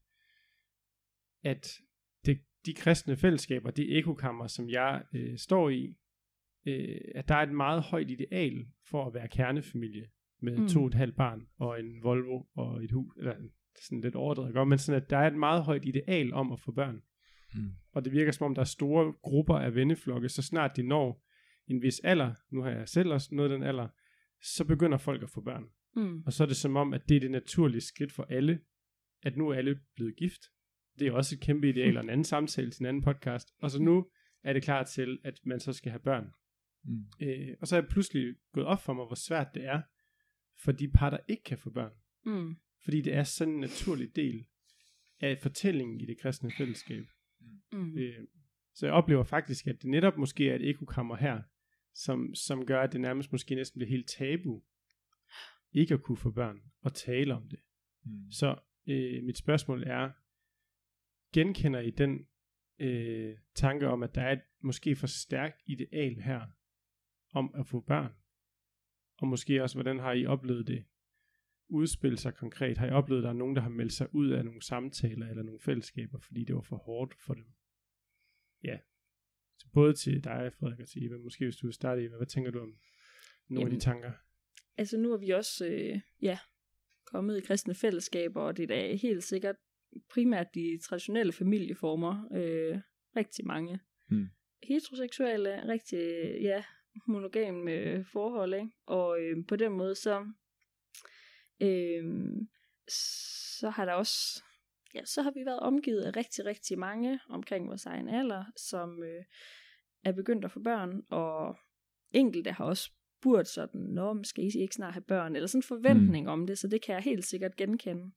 at det, de kristne fællesskaber, det ekokammer, som jeg øh, står i, øh, at der er et meget højt ideal for at være kernefamilie med mm. to og et halvt barn og en Volvo og et hus, eller sådan lidt overdrevet godt, men sådan at der er et meget højt ideal om at få børn. Mm. Og det virker som om der er store grupper af venneflokke, så snart de når en vis alder, nu har jeg selv også nået den alder, så begynder folk at få børn. Mm. Og så er det som om, at det er det naturlige skridt for alle, at nu er alle blevet gift. Det er også et kæmpe ideal og en anden samtale til en anden podcast. Og så nu er det klar til, at man så skal have børn. Mm. Øh, og så er jeg pludselig gået op for mig, hvor svært det er for de par, der ikke kan få børn. Mm. Fordi det er sådan en naturlig del af fortællingen i det kristne fællesskab. Mm. Øh, så jeg oplever faktisk, at det netop måske er et ekokammer her, som, som gør, at det nærmest måske næsten bliver helt tabu, ikke at kunne få børn, og tale om det. Mm. Så øh, mit spørgsmål er, genkender I den øh, tanke om, at der er et måske for stærkt ideal her, om at få børn? Og måske også, hvordan har I oplevet det udspille sig konkret? Har I oplevet, at der er nogen, der har meldt sig ud af nogle samtaler, eller nogle fællesskaber, fordi det var for hårdt for dem? Ja. Så både til dig, Frederik, og til Eva, måske hvis du vil starte, Eva, hvad tænker du om nogle Jamen, af de tanker? Altså nu er vi også, øh, ja, kommet i kristne fællesskaber, og det er da helt sikkert primært de traditionelle familieformer, øh, rigtig mange. Hmm. Heteroseksuelle, rigtig, ja, monogam øh, forhold, ikke? Og øh, på den måde så øh, så har der også ja, så har vi været omgivet af rigtig, rigtig mange omkring vores egen alder, som øh, er begyndt at få børn, og enkelte har også spurgt sådan, nå, skal I ikke snart have børn, eller sådan en forventning mm. om det, så det kan jeg helt sikkert genkende.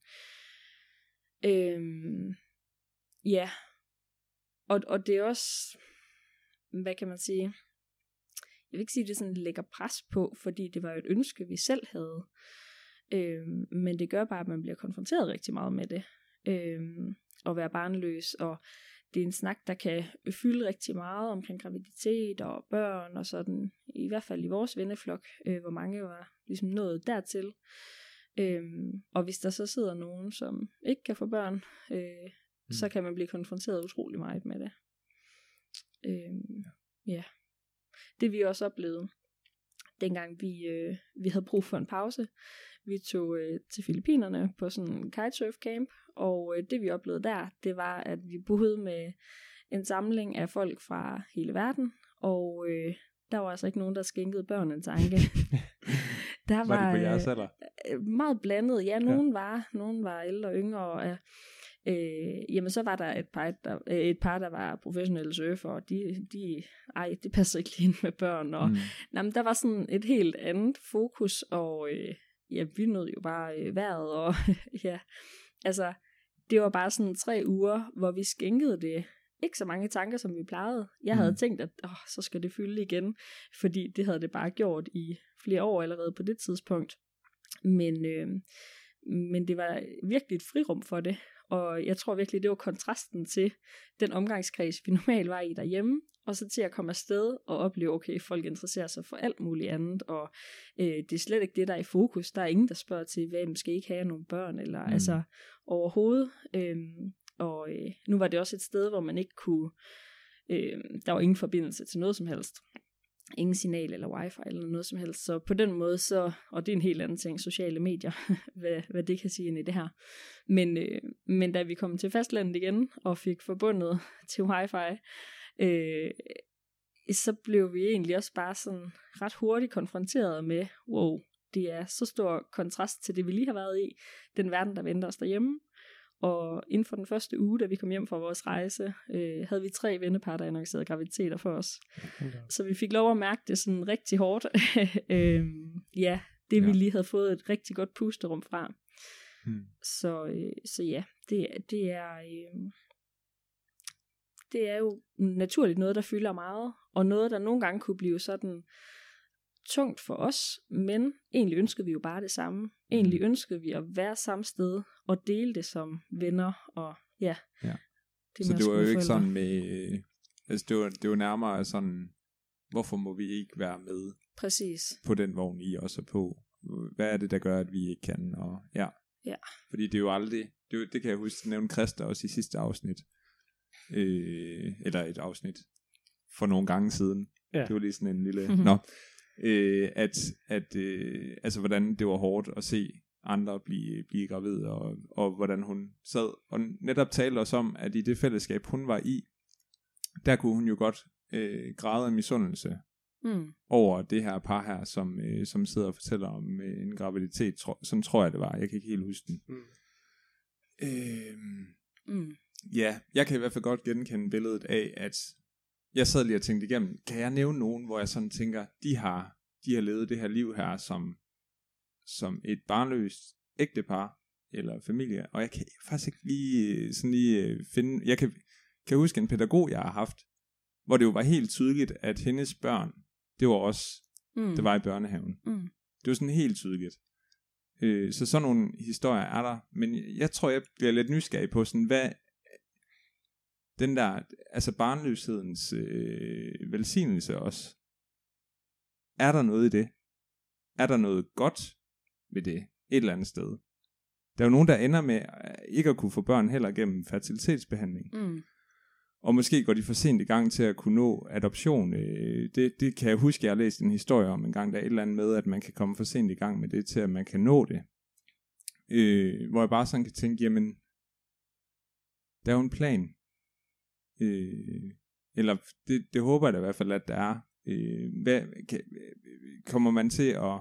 Øhm, ja, og, og det er også, hvad kan man sige, jeg vil ikke sige, at det sådan lægger pres på, fordi det var jo et ønske, vi selv havde, øhm, men det gør bare, at man bliver konfronteret rigtig meget med det, øhm, at være barnløs, og det er en snak, der kan fylde rigtig meget omkring graviditet og børn og sådan, i hvert fald i vores venneflok, øh, hvor mange var ligesom nået dertil. Øhm, og hvis der så sidder nogen, som ikke kan få børn, øh, mm. så kan man blive konfronteret utrolig meget med det. Øhm, ja. Det vi også oplevede, dengang vi, øh, vi havde brug for en pause. Vi tog øh, til Filippinerne på sådan en kitesurf camp, og øh, det vi oplevede der, det var, at vi boede med en samling af folk fra hele verden, og øh, der var altså ikke nogen, der skænkede børn en tanke. Der var, var det på jeres alder? Øh, meget blandet. Ja, nogen ja. var, nogen var ældre og yngre, og øh, øh, jamen så var der et par, der, øh, et par, der var professionelle surfer, og de, de ej, det passer ikke lige ind med børn, og mm. jamen, der var sådan et helt andet fokus, og øh, ja, vi nød jo bare øh, vejret, og ja, altså, det var bare sådan tre uger, hvor vi skænkede det ikke så mange tanker, som vi plejede. Jeg havde mm. tænkt, at åh, så skal det fylde igen, fordi det havde det bare gjort i flere år allerede på det tidspunkt. Men, øh, men det var virkelig et frirum for det, og jeg tror virkelig, det var kontrasten til den omgangskreds, vi normalt var i derhjemme, og så til at komme afsted og opleve, okay, folk interesserer sig for alt muligt andet, og øh, det er slet ikke det, der er i fokus. Der er ingen, der spørger til, hvad man skal ikke have nogle børn, eller mm. altså overhovedet. Øh, og øh, nu var det også et sted, hvor man ikke kunne, øh, der var ingen forbindelse til noget som helst. Ingen signal eller wifi eller noget som helst. Så på den måde, så, og det er en helt anden ting, sociale medier, hvad, hvad det kan sige ind i det her. Men, øh, men da vi kom til fastlandet igen, og fik forbundet til wifi, øh, så blev vi egentlig også bare sådan ret hurtigt konfronteret med, wow, det er så stor kontrast til det, vi lige har været i, den verden, der venter os derhjemme. Og inden for den første uge, da vi kom hjem fra vores rejse, øh, havde vi tre vennepar, der annoncerede graviditeter for os. Okay. Så vi fik lov at mærke det sådan rigtig hårdt. øh, ja, det ja. vi lige havde fået et rigtig godt pusterum fra. Hmm. Så, øh, så ja, det, det er øh, det er jo naturligt noget, der fylder meget, og noget, der nogle gange kunne blive sådan tungt for os, men egentlig ønskede vi jo bare det samme. Egentlig ønskede vi at være samme sted og dele det som venner, og ja. ja. Det så det var jo ikke sådan med, altså det var, det var nærmere sådan, hvorfor må vi ikke være med? Præcis. På den vogn I også er på. Hvad er det, der gør, at vi ikke kan? Og ja. ja. Fordi det er jo aldrig, det, er, det kan jeg huske, nævne Christa også i sidste afsnit, øh, eller et afsnit for nogle gange siden. Ja. Det var lige sådan en lille, nå. Øh, at, at øh, altså hvordan det var hårdt at se andre blive, blive gravide, og, og hvordan hun sad og netop talte os om, at i det fællesskab hun var i, der kunne hun jo godt øh, græde af misundelse mm. over det her par her, som, øh, som sidder og fortæller om øh, en graviditet, tro, sådan tror jeg det var, jeg kan ikke helt huske den. Mm. Øh, mm. Ja, jeg kan i hvert fald godt genkende billedet af, at jeg sad lige og tænkte igennem, kan jeg nævne nogen, hvor jeg sådan tænker, de har, de har levet det her liv her som, som et barnløst ægtepar eller familie, og jeg kan faktisk ikke lige sådan lige finde, jeg kan, kan huske en pædagog, jeg har haft, hvor det jo var helt tydeligt, at hendes børn, det var også, mm. det var i børnehaven. Mm. Det var sådan helt tydeligt. Øh, så sådan nogle historier er der, men jeg tror, jeg bliver lidt nysgerrig på sådan, hvad den der, altså barnløshedens øh, velsignelse også. Er der noget i det? Er der noget godt ved det? Et eller andet sted. Der er jo nogen, der ender med ikke at kunne få børn heller gennem fertilitetsbehandling. Mm. Og måske går de for sent i gang til at kunne nå adoption. Øh, det, det kan jeg huske, jeg har læst en historie om en gang, der er et eller andet med, at man kan komme for sent i gang med det, til at man kan nå det. Øh, hvor jeg bare sådan kan tænke, jamen, der er jo en plan. Øh, eller det, det håber jeg da i hvert fald, at der er Øh, hvad, kan, kommer man til at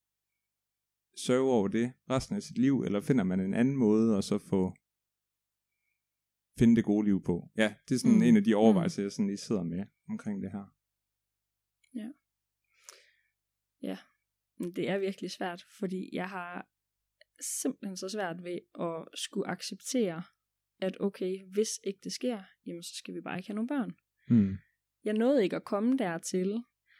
sørge over det resten af sit liv, eller finder man en anden måde at så få finde det gode liv på? Ja, det er sådan mm. en af de overvejelser, jeg sådan lige sidder med omkring det her. Ja. Ja, det er virkelig svært, fordi jeg har simpelthen så svært ved at skulle acceptere, at okay, hvis ikke det sker, jamen så skal vi bare ikke have nogle børn. Mm. Jeg nåede ikke at komme dertil,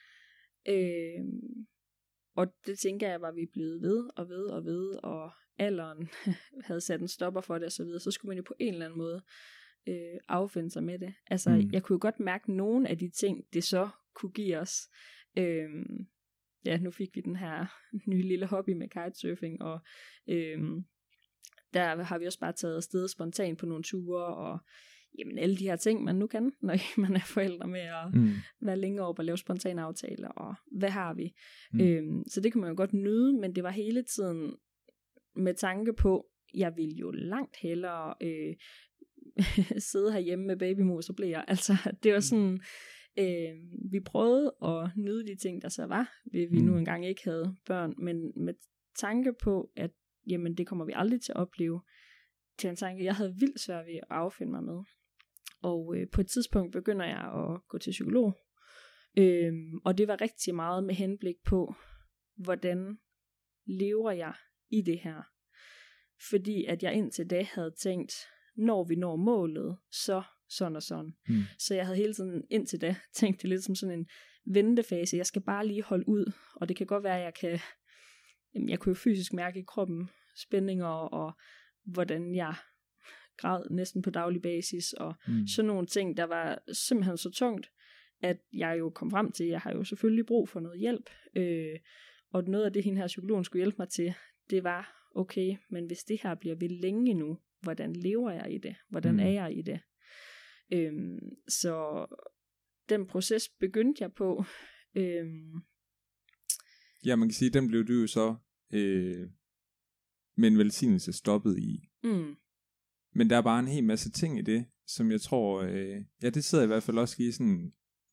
øh, og det tænker jeg var, vi blevet ved og ved og ved, og alderen havde sat en stopper for det og så videre, så skulle man jo på en eller anden måde øh, affinde sig med det. Altså, mm. jeg kunne jo godt mærke nogle af de ting, det så kunne give os. Øh, ja, nu fik vi den her nye lille hobby med kitesurfing, og øh, der har vi også bare taget afsted spontant på nogle ture, og jamen alle de her ting, man nu kan, når man er forældre, med at mm. være længere op og lave spontane aftaler, og hvad har vi? Mm. Øhm, så det kan man jo godt nyde, men det var hele tiden med tanke på, jeg ville jo langt hellere øh, sidde herhjemme med babymus og blære. Altså, det var sådan, øh, vi prøvede at nyde de ting, der så var, vi, vi mm. nu engang ikke havde børn, men med tanke på, at jamen, det kommer vi aldrig til at opleve, til en tanke, jeg havde vildt svært ved at affinde mig med. Og øh, på et tidspunkt begynder jeg at gå til psykolog. Øhm, og det var rigtig meget med henblik på, hvordan lever jeg i det her. Fordi at jeg indtil da havde tænkt, når vi når målet, så sådan og sådan. Mm. Så jeg havde hele tiden indtil da tænkt det lidt som sådan en ventefase. Jeg skal bare lige holde ud. Og det kan godt være, at jeg kan... Jamen, jeg kunne jo fysisk mærke i kroppen spændinger og hvordan jeg græd næsten på daglig basis, og mm. sådan nogle ting, der var simpelthen så tungt, at jeg jo kom frem til, at jeg har jo selvfølgelig brug for noget hjælp, øh, og noget af det, hende her psykologen skulle hjælpe mig til, det var, okay, men hvis det her bliver ved længe nu, hvordan lever jeg i det? Hvordan mm. er jeg i det? Øh, så den proces begyndte jeg på. Øh, ja, man kan sige, den blev du jo så øh med en velsignelse stoppet i. Mm. Men der er bare en hel masse ting i det, som jeg tror, øh, ja, det sidder i hvert fald også i sådan,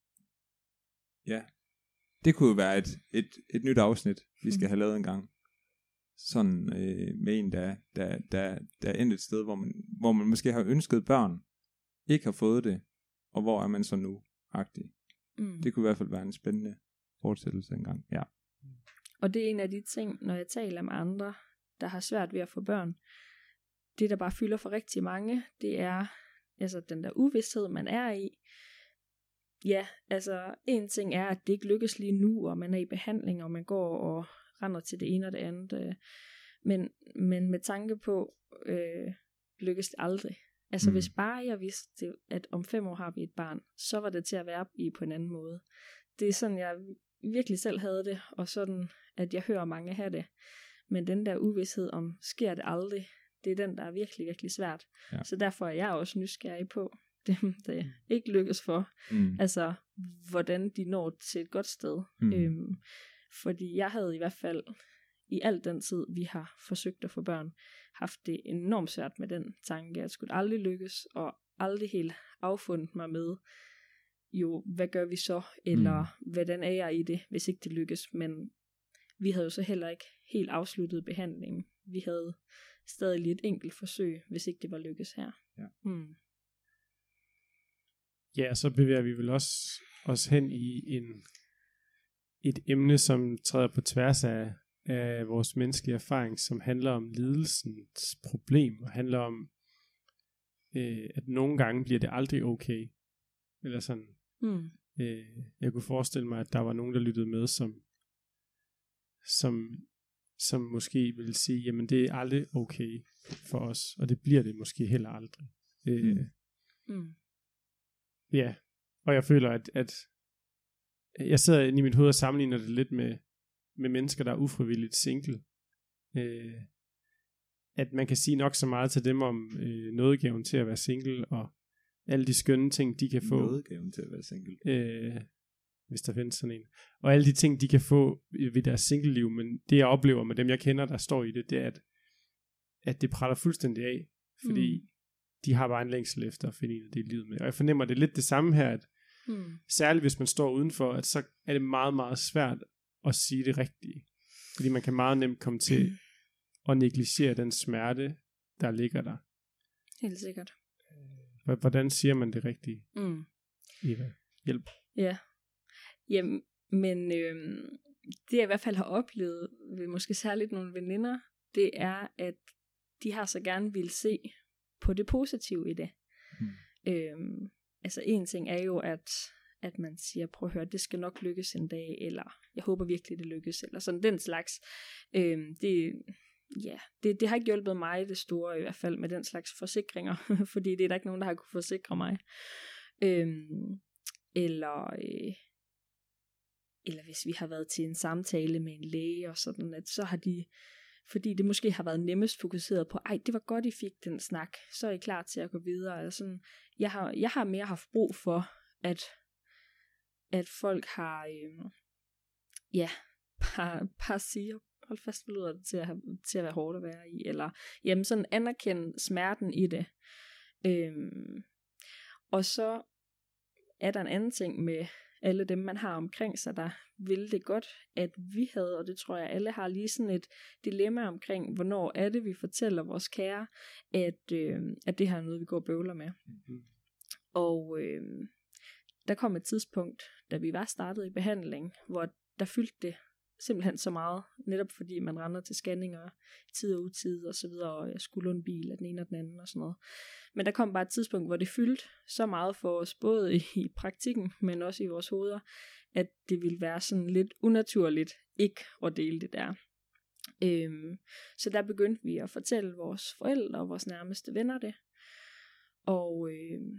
ja, det kunne jo være et, et, et nyt afsnit, vi skal have lavet en gang. Sådan øh, med en, der, der, der, der er endt et sted, hvor man, hvor man måske har ønsket børn, ikke har fået det, og hvor er man så nu agtig. Mm. Det kunne i hvert fald være en spændende fortsættelse en gang, ja. Og det er en af de ting, når jeg taler med andre, der har svært ved at få børn, det der bare fylder for rigtig mange, det er altså den der uvidsthed, man er i. Ja, altså en ting er, at det ikke lykkes lige nu, og man er i behandling, og man går og render til det ene og det andet. Men, men med tanke på, øh, lykkes det aldrig. Altså mm. hvis bare jeg vidste, at om fem år har vi et barn, så var det til at være i på en anden måde. Det er sådan, jeg virkelig selv havde det, og sådan, at jeg hører mange have det. Men den der uvished om, sker det aldrig, det er den, der er virkelig, virkelig svært. Ja. Så derfor er jeg også nysgerrig på dem, der ikke lykkes for. Mm. Altså, hvordan de når til et godt sted. Mm. Øhm, fordi jeg havde i hvert fald, i al den tid, vi har forsøgt at få børn, haft det enormt svært med den tanke, at jeg skulle aldrig lykkes, og aldrig helt affundet mig med, jo, hvad gør vi så? Eller, mm. hvordan er jeg i det, hvis ikke det lykkes? Men vi havde jo så heller ikke helt afsluttet behandlingen. Vi havde stadig lige et enkelt forsøg, hvis ikke det var lykkes her. Ja, mm. ja, så bevæger vi vel også os hen i en, et emne, som træder på tværs af, af vores menneskelige erfaring, som handler om lidelsens problem, og handler om, øh, at nogle gange bliver det aldrig okay. Eller sådan. Mm. Øh, jeg kunne forestille mig, at der var nogen, der lyttede med, som som, som måske vil sige, jamen det er aldrig okay for os, og det bliver det måske heller aldrig. Øh, mm. Mm. Ja, og jeg føler, at, at jeg sidder inde i mit hoved og sammenligner det lidt med, med mennesker, der er ufrivilligt single. Øh, at man kan sige nok så meget til dem om øh, nådegaven til at være single, og alle de skønne ting, de kan få. Nådegaven til at være single. Øh, hvis der findes sådan en. Og alle de ting, de kan få ved deres single-liv, men det jeg oplever med dem, jeg kender, der står i det, det er, at, at det praller fuldstændig af, fordi mm. de har bare en længsel efter at finde en af det i livet med. Og jeg fornemmer det lidt det samme her, at Mm. Særligt hvis man står udenfor, at så er det meget, meget svært at sige det rigtige. Fordi man kan meget nemt komme til at negligere den smerte, der ligger der. Helt sikkert. Hvordan siger man det rigtige? Mm. Eva, hjælp. Ja. Jamen, men øhm, det jeg i hvert fald har oplevet ved måske særligt nogle veninder, det er, at de har så gerne vil se på det positive i det. Mm. Øhm, altså en ting er jo, at, at man siger, prøv at høre, det skal nok lykkes en dag, eller jeg håber virkelig, det lykkes, eller sådan den slags. Øhm, det, ja, det, det har ikke hjulpet mig det store, i hvert fald med den slags forsikringer, fordi det er der ikke nogen, der har kunne forsikre mig. Øhm, eller... Øh, eller hvis vi har været til en samtale med en læge og sådan, at så har de, fordi det måske har været nemmest fokuseret på, ej, det var godt, I fik den snak, så er I klar til at gå videre. Eller sådan. Jeg, har, jeg har mere haft brug for, at, at folk har, øh, ja, bare, bare siger, hold fast, lyder det til at, have, til at være hårdt at være i, eller jamen sådan anerkende smerten i det. Øhm, og så er der en anden ting med alle dem, man har omkring sig, der ville det godt, at vi havde, og det tror jeg, alle har lige sådan et dilemma omkring, hvornår er det, vi fortæller vores kære, at, øh, at det her er noget, vi går og bøvler med. Mm-hmm. Og øh, der kom et tidspunkt, da vi var startet i behandling, hvor der fyldte det simpelthen så meget, netop fordi man render til scanninger tid og utid og så videre, og jeg skulle låne bil af den ene og den anden og sådan noget. Men der kom bare et tidspunkt, hvor det fyldte så meget for os, både i praktikken, men også i vores hoveder, at det ville være sådan lidt unaturligt ikke at dele det der. Øhm, så der begyndte vi at fortælle vores forældre og vores nærmeste venner det. Og øhm,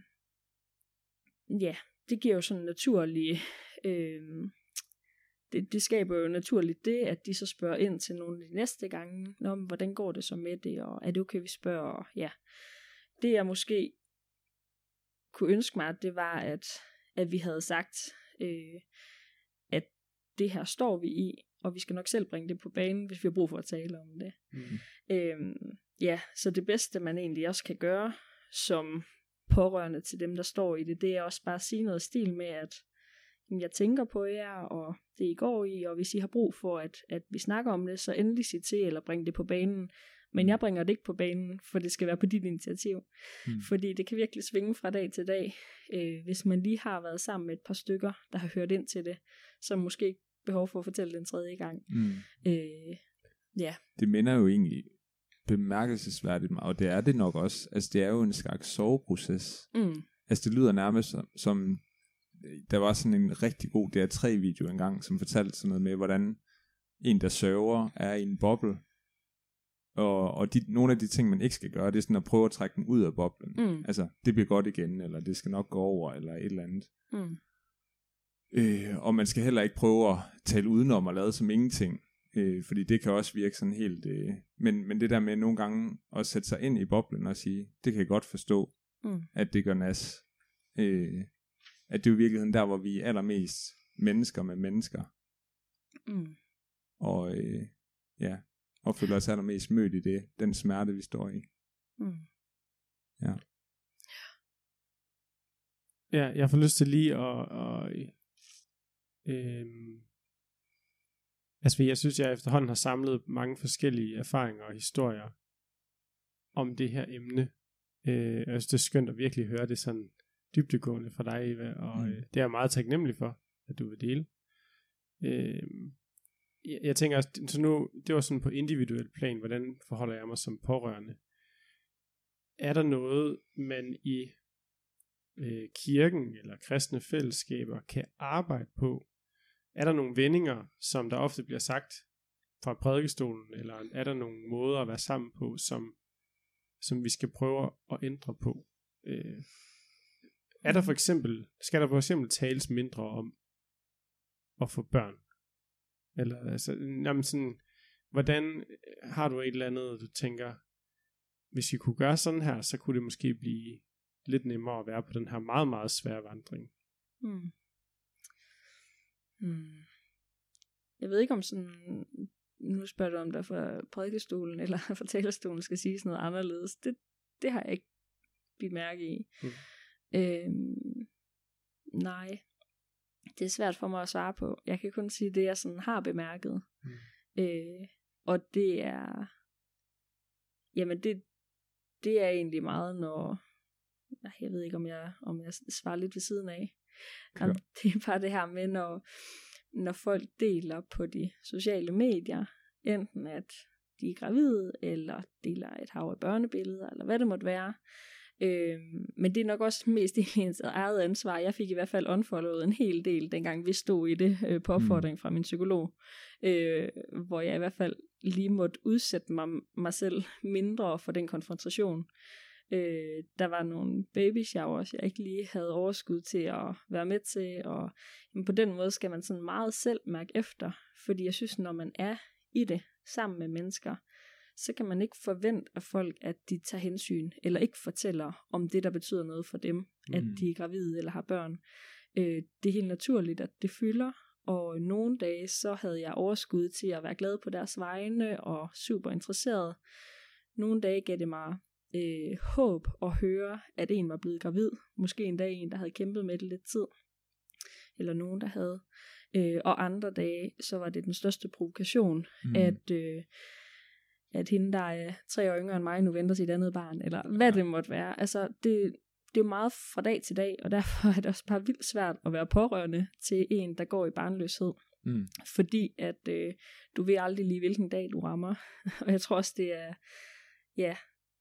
ja, det giver jo sådan naturlige... Øhm, Det, det skaber jo naturligt det, at de så spørger ind til nogle af de næste gange, Nå, men hvordan går det så med det, og er det okay, vi spørger, og ja. Det jeg måske kunne ønske mig, det var, at, at vi havde sagt, øh, at det her står vi i, og vi skal nok selv bringe det på banen, hvis vi har brug for at tale om det. Mm. Øhm, ja, så det bedste, man egentlig også kan gøre, som pårørende til dem, der står i det, det er også bare at sige noget stil med, at jeg tænker på jer, og det I går i, og hvis I har brug for, at, at vi snakker om det, så endelig sig til, eller bring det på banen. Men jeg bringer det ikke på banen, for det skal være på dit initiativ. Mm. Fordi det kan virkelig svinge fra dag til dag. Øh, hvis man lige har været sammen med et par stykker, der har hørt ind til det, så måske ikke behov for at fortælle det en tredje gang. Mm. Øh, ja. Det minder jo egentlig bemærkelsesværdigt meget, og det er det nok også. Altså det er jo en slags soveproces. Mm. Altså det lyder nærmest som, som der var sådan en rigtig god D R tre video engang, som fortalte sådan noget med, hvordan en, der sørger, er i en boble. Og, og de, nogle af de ting, man ikke skal gøre, det er sådan at prøve at trække den ud af boblen. Mm. Altså, det bliver godt igen, eller det skal nok gå over, eller et eller andet. Mm. Øh, og man skal heller ikke prøve at tale udenom og lade som ingenting. Øh, fordi det kan også virke sådan helt... Øh, men, men det der med nogle gange at sætte sig ind i boblen og sige, det kan jeg godt forstå, mm. at det gør nas. Øh, at det er jo i virkeligheden der, hvor vi er allermest mennesker med mennesker. Mm. Og øh, ja, og føler os allermest mødt i det, den smerte, vi står i. Mm. Ja. Ja, jeg får lyst til lige at... at øh, altså, jeg synes, jeg efterhånden har samlet mange forskellige erfaringer og historier om det her emne. Øh, jeg synes, det er skønt at virkelig høre det sådan dybdegående fra dig, Eva, og mm. øh, det er jeg meget taknemmelig for, at du vil dele. Øh, jeg, jeg tænker også, så nu, det var sådan på individuel plan, hvordan forholder jeg mig som pårørende? Er der noget, man i øh, kirken eller kristne fællesskaber kan arbejde på? Er der nogle vendinger, som der ofte bliver sagt fra prædikestolen, eller er der nogle måder at være sammen på, som, som vi skal prøve at ændre på? Øh, Er der for eksempel, skal der for eksempel tales mindre om at få børn? Eller altså, jamen sådan, hvordan har du et eller andet, du tænker, hvis vi kunne gøre sådan her, så kunne det måske blive lidt nemmere at være på den her meget, meget svære vandring. Hmm. Hmm. Jeg ved ikke om sådan, nu spørger du om der fra prædikestolen eller fra talerstolen skal sige noget anderledes. Det, det har jeg ikke bidt mærke i. Hmm. Øhm, nej, det er svært for mig at svare på. Jeg kan kun sige det, jeg sådan har bemærket. Mm. Øh, og det er, jamen det, det er egentlig meget, når, jeg ved ikke, om jeg, om jeg svarer lidt ved siden af. Jamen, det er bare det her med, når, når folk deler på de sociale medier, enten at de er gravide, eller deler et hav af børnebilleder, eller hvad det måtte være. Øh, men det er nok også mest i ens eget ansvar. Jeg fik i hvert fald unfollowet en hel del, dengang vi stod i det, øh, på opfordring fra min psykolog, øh, hvor jeg i hvert fald lige måtte udsætte mig, mig selv mindre for den konfrontation. Øh, der var nogle baby showers, jeg ikke lige havde overskud til at være med til, og jamen, på den måde skal man sådan meget selv mærke efter, fordi jeg synes, når man er i det sammen med mennesker, så kan man ikke forvente af folk, at de tager hensyn, eller ikke fortæller om det, der betyder noget for dem, mm. at de er gravide eller har børn. Øh, det er helt naturligt, at det fylder, og nogle dage, så havde jeg overskud til at være glad på deres vegne, og super interesseret. Nogle dage gav det mig øh, håb at høre, at en var blevet gravid. Måske en dag en, der havde kæmpet med det lidt tid, eller nogen, der havde. Øh, og andre dage, så var det den største provokation, mm. at... Øh, at hende, der er tre år yngre end mig, nu venter sit andet barn, eller hvad ja. det måtte være. Altså, det, det er jo meget fra dag til dag, og derfor er det også bare vildt svært at være pårørende til en, der går i barnløshed. Mm. Fordi at øh, du ved aldrig lige, hvilken dag du rammer. Og jeg tror også, det er, ja,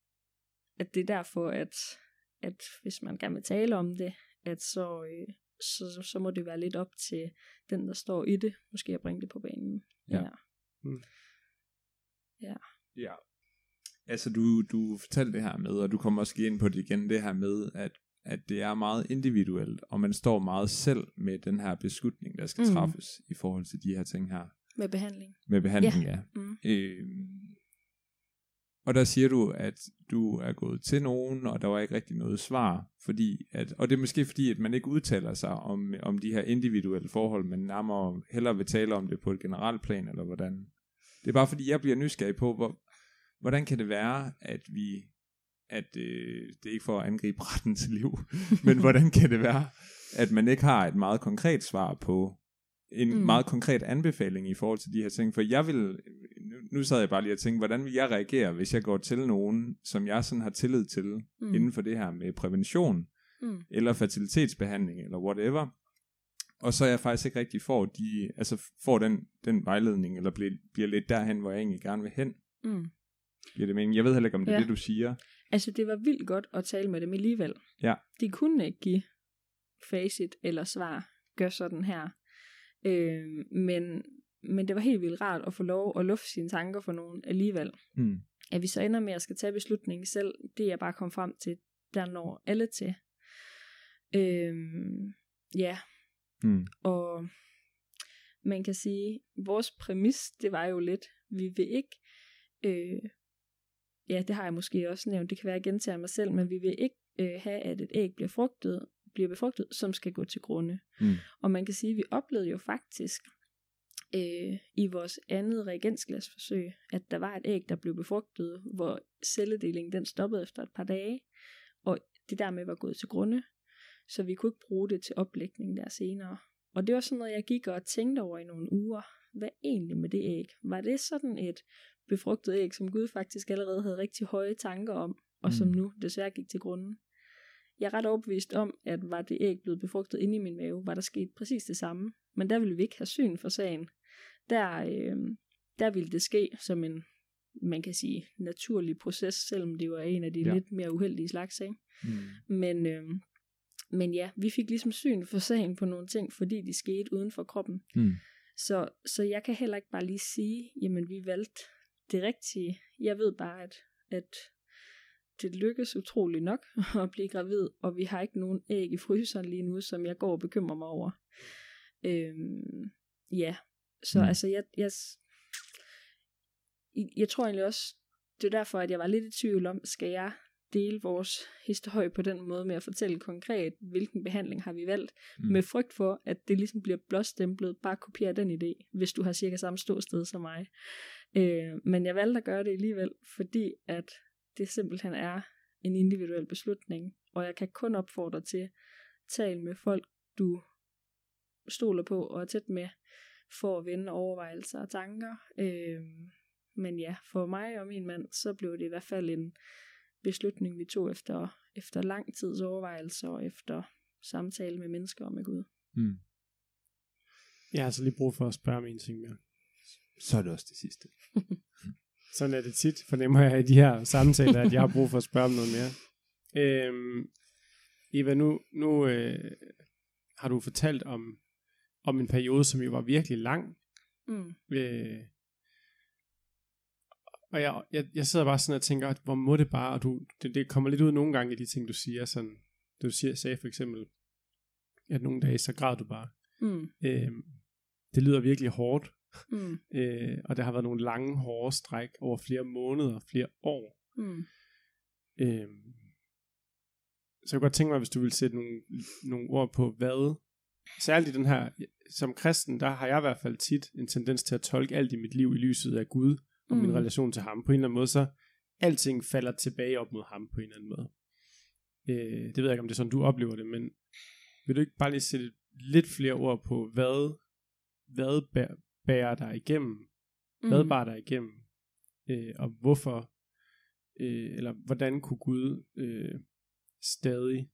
at det er derfor, at, at hvis man gerne vil tale om det, at så, øh, så, så må det være lidt op til den, der står i det, måske at bringe det på banen. Ja. Ja. Mm. Ja. Ja. Altså du, du fortalte det her med, og du kommer også ind på det igen, det her med, at, at det er meget individuelt, og man står meget selv med den her beslutning, der skal mm. træffes i forhold til de her ting her. Med behandling. Med behandling, ja. ja. Mm. Øh, og der siger du, at du er gået til nogen, og der var ikke rigtig noget svar, fordi at, og det er måske fordi, at man ikke udtaler sig om, om de her individuelle forhold, men nærmere hellere vil tale om det på et generelt plan, eller hvordan. Det er bare fordi, jeg bliver nysgerrig på, hvor, hvordan kan det være, at vi, at øh, det er ikke for at angribe retten til liv, men hvordan kan det være, at man ikke har et meget konkret svar på, en mm. meget konkret anbefaling i forhold til de her ting? For jeg vil, nu, nu sad jeg bare lige og tænkte, hvordan vil jeg reagere, hvis jeg går til nogen, som jeg sådan har tillid til, mm. inden for det her med prævention, mm. eller fertilitetsbehandling, eller whatever, og så jeg faktisk ikke rigtig får de, altså får den, den vejledning, eller bliver, bliver lidt derhen, hvor jeg egentlig gerne vil hen. Mm. Giver det mening? Jeg ved heller ikke, om det er ja. det, du siger. Altså, det var vildt godt at tale med dem alligevel. Ja. De kunne ikke give facit eller svar, gør sådan her. Øh, men, men det var helt vildt rart at få lov at lufte sine tanker for nogen alligevel. Mm. At vi så ender med at skal tage beslutningen selv, det jeg bare kom frem til, der når alle til. Øh, ja. Mm. Og man kan sige, vores præmis, det var jo lidt, vi vil ikke, øh, ja, det har jeg måske også nævnt, det kan være, at jeg gentager mig selv, men vi vil ikke øh, have, at et æg bliver frugtet, bliver befrugtet, som skal gå til grunde. Mm. Og man kan sige, at vi oplevede jo faktisk øh, i vores andet reagensglasforsøg, at der var et æg, der blev befrugtet, hvor celledelingen den stoppede efter et par dage, og det dermed var gået til grunde. Så vi kunne ikke bruge det til oplægning der senere. Og det var sådan noget, jeg gik og tænkte over i nogle uger. Hvad egentlig med det æg? Var det sådan et befrugtet æg, som Gud faktisk allerede havde rigtig høje tanker om, og som nu desværre gik til grunden? Jeg er ret overbevist om, at var det æg blevet befrugtet inde i min mave, var der sket præcis det samme. Men der ville vi ikke have syn for sagen. Der, øh, der ville det ske som en, man kan sige, naturlig proces, selvom det var en af de ja. lidt mere uheldige slags, ikke? Mm. Men... Øh, Men ja, vi fik ligesom syn for sagen på nogle ting, fordi de skete uden for kroppen. Mm. Så, så jeg kan heller ikke bare lige sige, jamen vi valgte det rigtige. Jeg ved bare, at, at det lykkes utroligt nok at blive gravid, og vi har ikke nogen æg i fryseren lige nu, som jeg går og bekymrer mig over. Øhm, ja, så mm. altså jeg, jeg, jeg tror egentlig også, det er derfor, at jeg var lidt i tvivl om, skal jeg dele vores historie på den måde med at fortælle konkret, hvilken behandling har vi valgt, mm. med frygt for, at det ligesom bliver blåstemplet, bare kopiere den idé, hvis du har cirka samme ståsted som mig. Øh, men jeg valgte at gøre det alligevel, fordi at det simpelthen er en individuel beslutning, og jeg kan kun opfordre til at tale med folk du stoler på og er tæt med, for at vende overvejelser og tanker. Øh, men ja, for mig og min mand, så blev det i hvert fald en beslutning, vi tog efter, efter lang tids overvejelser og efter samtale med mennesker og med Gud. Mm. Jeg har altså lige brug for at spørge om en ting mere. Så er det også det sidste. Sådan er det tit, fornemmer jeg i de her samtaler, at jeg har brug for at spørge om noget mere. Øhm, Eva, nu, nu øh, har du fortalt om, om en periode, som jo var virkelig lang. Mm. Øh, og jeg, jeg, jeg sidder bare sådan og tænker, at hvor må det bare, og du, det, det kommer lidt ud nogle gange i de ting, du siger. Sådan, du siger, sagde for eksempel, at nogle dage, så græd du bare. Mm. Øh, det lyder virkelig hårdt. Mm. Øh, og der har været nogle lange, hårde stræk over flere måneder, flere år. Mm. Øh, så jeg kunne godt tænke mig, hvis du ville sætte nogle, nogle ord på, hvad, særligt i den her, som kristen, der har jeg i hvert fald tit en tendens til at tolke alt i mit liv i lyset af Gud, og mm. min relation til ham. På en eller anden måde, så alting falder tilbage op mod ham på en eller anden måde. Øh, det ved jeg ikke, om det er sådan, du oplever det, men vil du ikke bare lige sætte lidt flere ord på, hvad, hvad bærer, bærer dig igennem? Mm. Hvad bar dig igennem? Øh, og hvorfor, øh, eller hvordan kunne Gud øh, stadig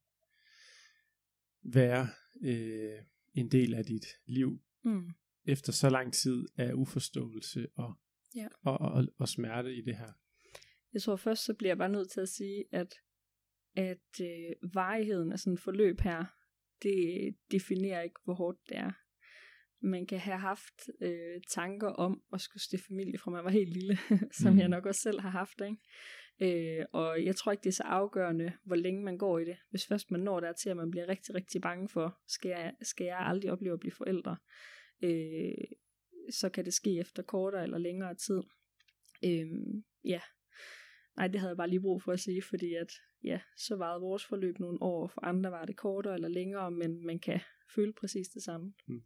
være øh, en del af dit liv, mm. efter så lang tid af uforståelse og, ja. og, og, og smerte i det her? Jeg tror først, så bliver jeg bare nødt til at sige, at, at øh, varigheden af sådan et forløb her, det definerer ikke, hvor hårdt det er. Man kan have haft øh, tanker om at skulle stifte familie, fra man var helt lille, som mm. jeg nok også selv har haft, ikke? Øh, og jeg tror ikke, det er så afgørende, hvor længe man går i det. Hvis først man når der til, at man bliver rigtig, rigtig bange for, skal jeg, skal jeg aldrig opleve at blive forældre, øh, så kan det ske efter kortere eller længere tid. Øh, ja, nej, det havde jeg bare lige brug for at sige, fordi at, ja, så varede vores forløb nogle år, for andre var det kortere eller længere, men man kan føle præcis det samme. Mm.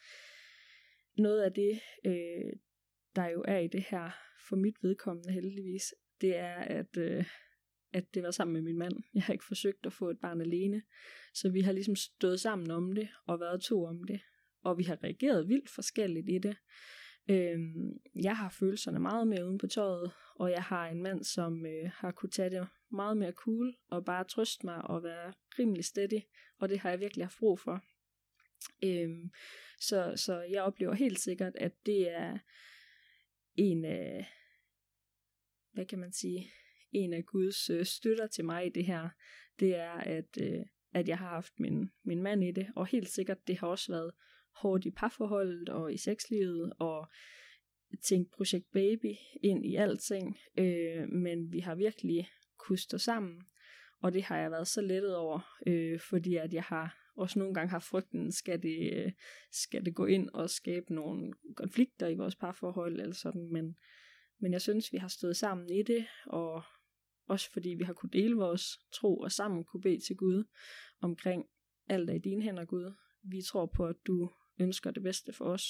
Noget af det, øh, der jo er i det her, for mit vedkommende heldigvis, det er, at, øh, at det var sammen med min mand. Jeg har ikke forsøgt at få et barn alene, så vi har ligesom stået sammen om det, og været to om det, og vi har reageret vildt forskelligt i det. Øh, jeg har følelserne meget mere uden på tøjet, og jeg har en mand, som øh, har kunne tage det meget mere cool, og bare trøste mig og være rimelig steady, og det har jeg virkelig haft brug for. Øhm, så, så jeg oplever helt sikkert, at det er en af, hvad kan man sige, en af Guds øh, støtter til mig i det her. Det er, at, øh, at jeg har haft min, min mand i det, og helt sikkert, det har også været hårdt i parforholdet og i sexlivet, og tænkt projekt baby ind i alting, øh, men vi har virkelig kunnet stå sammen, og det har jeg været så lettet over, øh, fordi at jeg har også nogle gange har frygten, skal det, skal det gå ind og skabe nogle konflikter i vores parforhold, eller sådan, men, men jeg synes, vi har stået sammen i det, og også fordi vi har kunne dele vores tro, og sammen kunne bede til Gud, omkring alt er i dine hænder, Gud. Vi tror på, at du ønsker det bedste for os.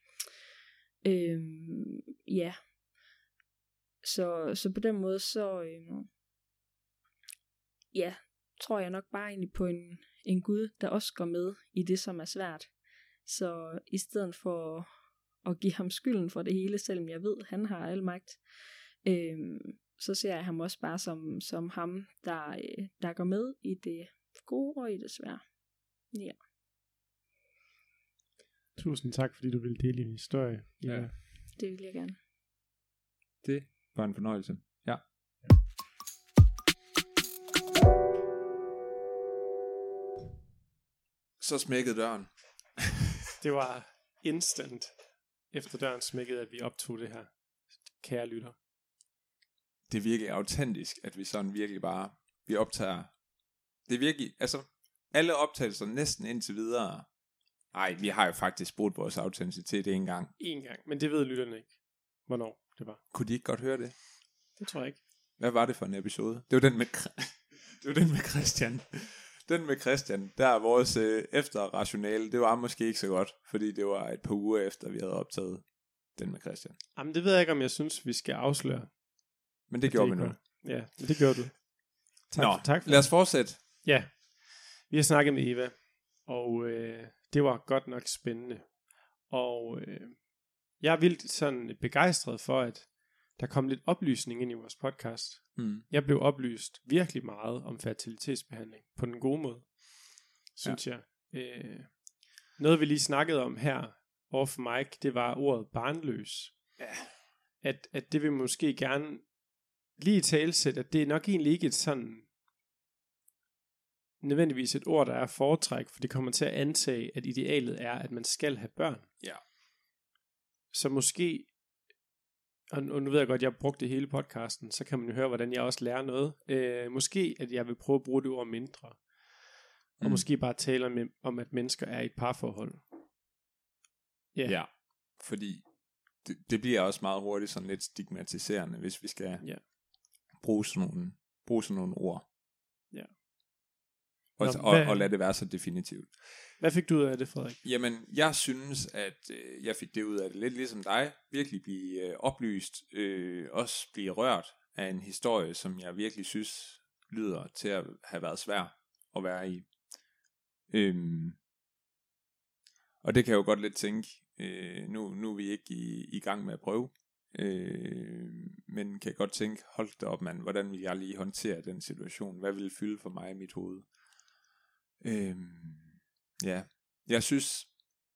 Øhm, ja. Så, så på den måde, så øhm, ja, tror jeg nok bare egentlig på en en Gud, der også går med i det, som er svært. Så i stedet for at give ham skylden for det hele, selvom jeg ved, han har al magt, øh, så ser jeg ham også bare som, som ham, der, øh, der går med i det gode og i det svære. Ja. Tusind tak, fordi du ville dele din historie. Ja. ja. Det vil jeg gerne. Det var en fornøjelse. Ja. Så smækkede døren. Det var instant efter døren smækkede, at vi optog det her. Kære lytter. Det er virkelig autentisk, at vi sådan virkelig bare, vi optager. Det er virkelig, altså, alle optagelser næsten indtil videre. Ej, vi har jo faktisk brugt vores autenticitet en gang. En gang, men det ved lytterne ikke, hvornår det var. Kunne de ikke godt høre det? Det tror jeg ikke. Hvad var det for en episode? Det var den med, det var den med Christian. Den med Christian, der er vores øh, efterrationale, det var måske ikke så godt, fordi det var et par uger efter, vi havde optaget den med Christian. Jamen det ved jeg ikke, om jeg synes, vi skal afsløre. Men det gjorde vi nu. Ja, det gjorde du. Tak, Nå, for, tak for lad os fortsætte. Ja, vi har snakket med Eva. Og øh, det var godt nok spændende. Og øh, jeg er vildt sådan begejstret for, at der kom lidt oplysning ind i vores podcast. Mm. Jeg blev oplyst virkelig meget om fertilitetsbehandling, på den gode måde, synes ja. jeg. Øh, noget vi lige snakkede om her, off mic, det var ordet barnløs. Ja. At, at det vil måske gerne lige talsætte, at det er nok egentlig ikke et sådan, nødvendigvis et ord, der er foretræk, for det kommer til at antage, at idealet er, at man skal have børn. Ja. Så måske, og nu ved jeg godt, at jeg brugte det hele podcasten, så kan man jo høre, hvordan jeg også lærer noget. Øh, måske, at jeg vil prøve at bruge det ord mindre. Og mm. måske bare tale om, om, at mennesker er i et parforhold. Yeah. Ja, fordi det, det bliver også meget hurtigt sådan lidt stigmatiserende, hvis vi skal yeah. bruge, sådan nogle, bruge sådan nogle ord. Ja. Og, Nå, og, og lade det være så definitivt. Hvad fik du ud af det, Frederik? Jamen, jeg synes, at øh, jeg fik det ud af det lidt ligesom dig. Virkelig blive øh, oplyst. Øh, også blive rørt af en historie, som jeg virkelig synes lyder til at have været svær at være i. Øhm, og det kan jeg jo godt lidt tænke, øh, nu, nu er vi ikke i, i gang med at prøve. Øh, men kan jeg godt tænke, hold da op mand, hvordan vil jeg lige håndtere den situation? Hvad vil fylde for mig i mit hoved? Øhm, ja, jeg synes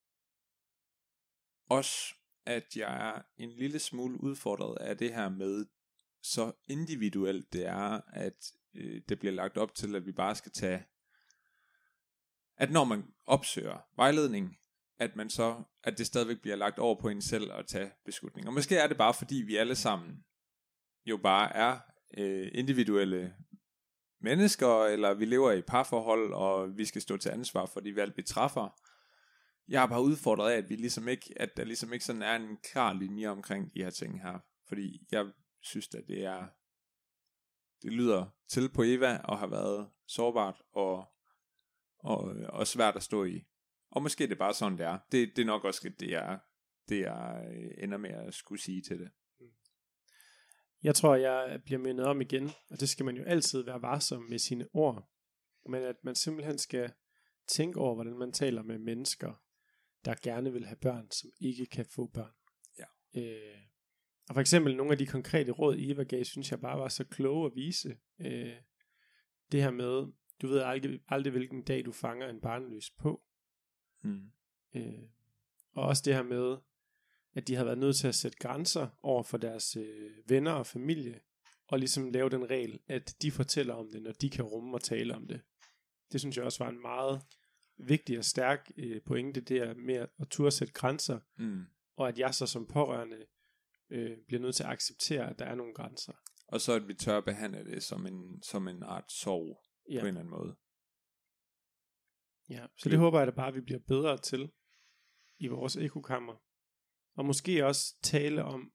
også, at jeg er en lille smule udfordret af det her med, så individuelt det er, at øh, det bliver lagt op til, at vi bare skal tage, at når man opsøger vejledning, at man så, at det stadigvæk bliver lagt over på en selv at tage beslutninger. Måske er det bare fordi vi alle sammen jo bare er øh, individuelle mennesker, eller vi lever i parforhold, og vi skal stå til ansvar for de valg vi træffer. Jeg er bare udfordret af, at vi ligesom ikke, at der ligesom ikke sådan er en klar linje omkring de her ting her, fordi jeg synes at det er, det lyder til på Eva og har været sårbart og og, og svært at stå i. Og måske det er bare sådan det er. Det, det er nok også det jeg, det jeg ender med at skulle sige til det. Jeg tror jeg bliver mindet om igen, og det skal man jo altid være varsom med sine ord, men at man simpelthen skal tænke over, hvordan man taler med mennesker, der gerne vil have børn, som ikke kan få børn. Ja. Øh, og for eksempel nogle af de konkrete råd, Eva gav, synes jeg bare var så kloge at vise. Øh, det her med, du ved aldrig, aldrig hvilken dag du fanger en barnløs på. Mm. Øh, og også det her med, at de har været nødt til at sætte grænser over for deres øh, venner og familie, og ligesom lave den regel, at de fortæller om det, når de kan rumme og tale om det. Det synes jeg også var en meget vigtig og stærk øh, pointe, det er med at turde sætte grænser, mm. og at jeg så som pårørende øh, bliver nødt til at acceptere, at der er nogle grænser. Og så at vi tør behandle det som en, som en art sorg, ja. På en eller anden måde. Ja, så det håber jeg da bare, at vi bliver bedre til i vores ekokammer. Og måske også tale om,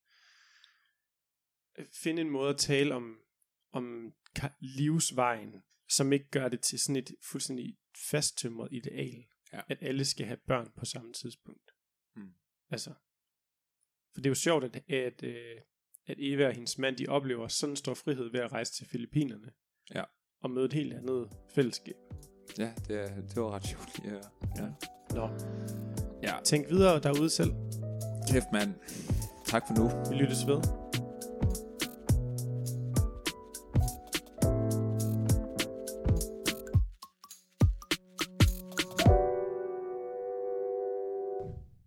finde en måde at tale om, om livsvejen, som ikke gør det til sådan et fuldstændig fasttømret ideal, ja. At alle skal have børn på samme tidspunkt. Mm. Altså, for det er jo sjovt, at, at, at Eva og hendes mand, de oplever sådan stor frihed ved at rejse til Filippinerne. Ja. Og møde et helt andet fællesskab. Ja, det, er, det var ret sjovt. Ja. Ja. Nå. Ja. Tænk videre derude selv. Kæft mand. Tak for nu. Vi lyttes ved.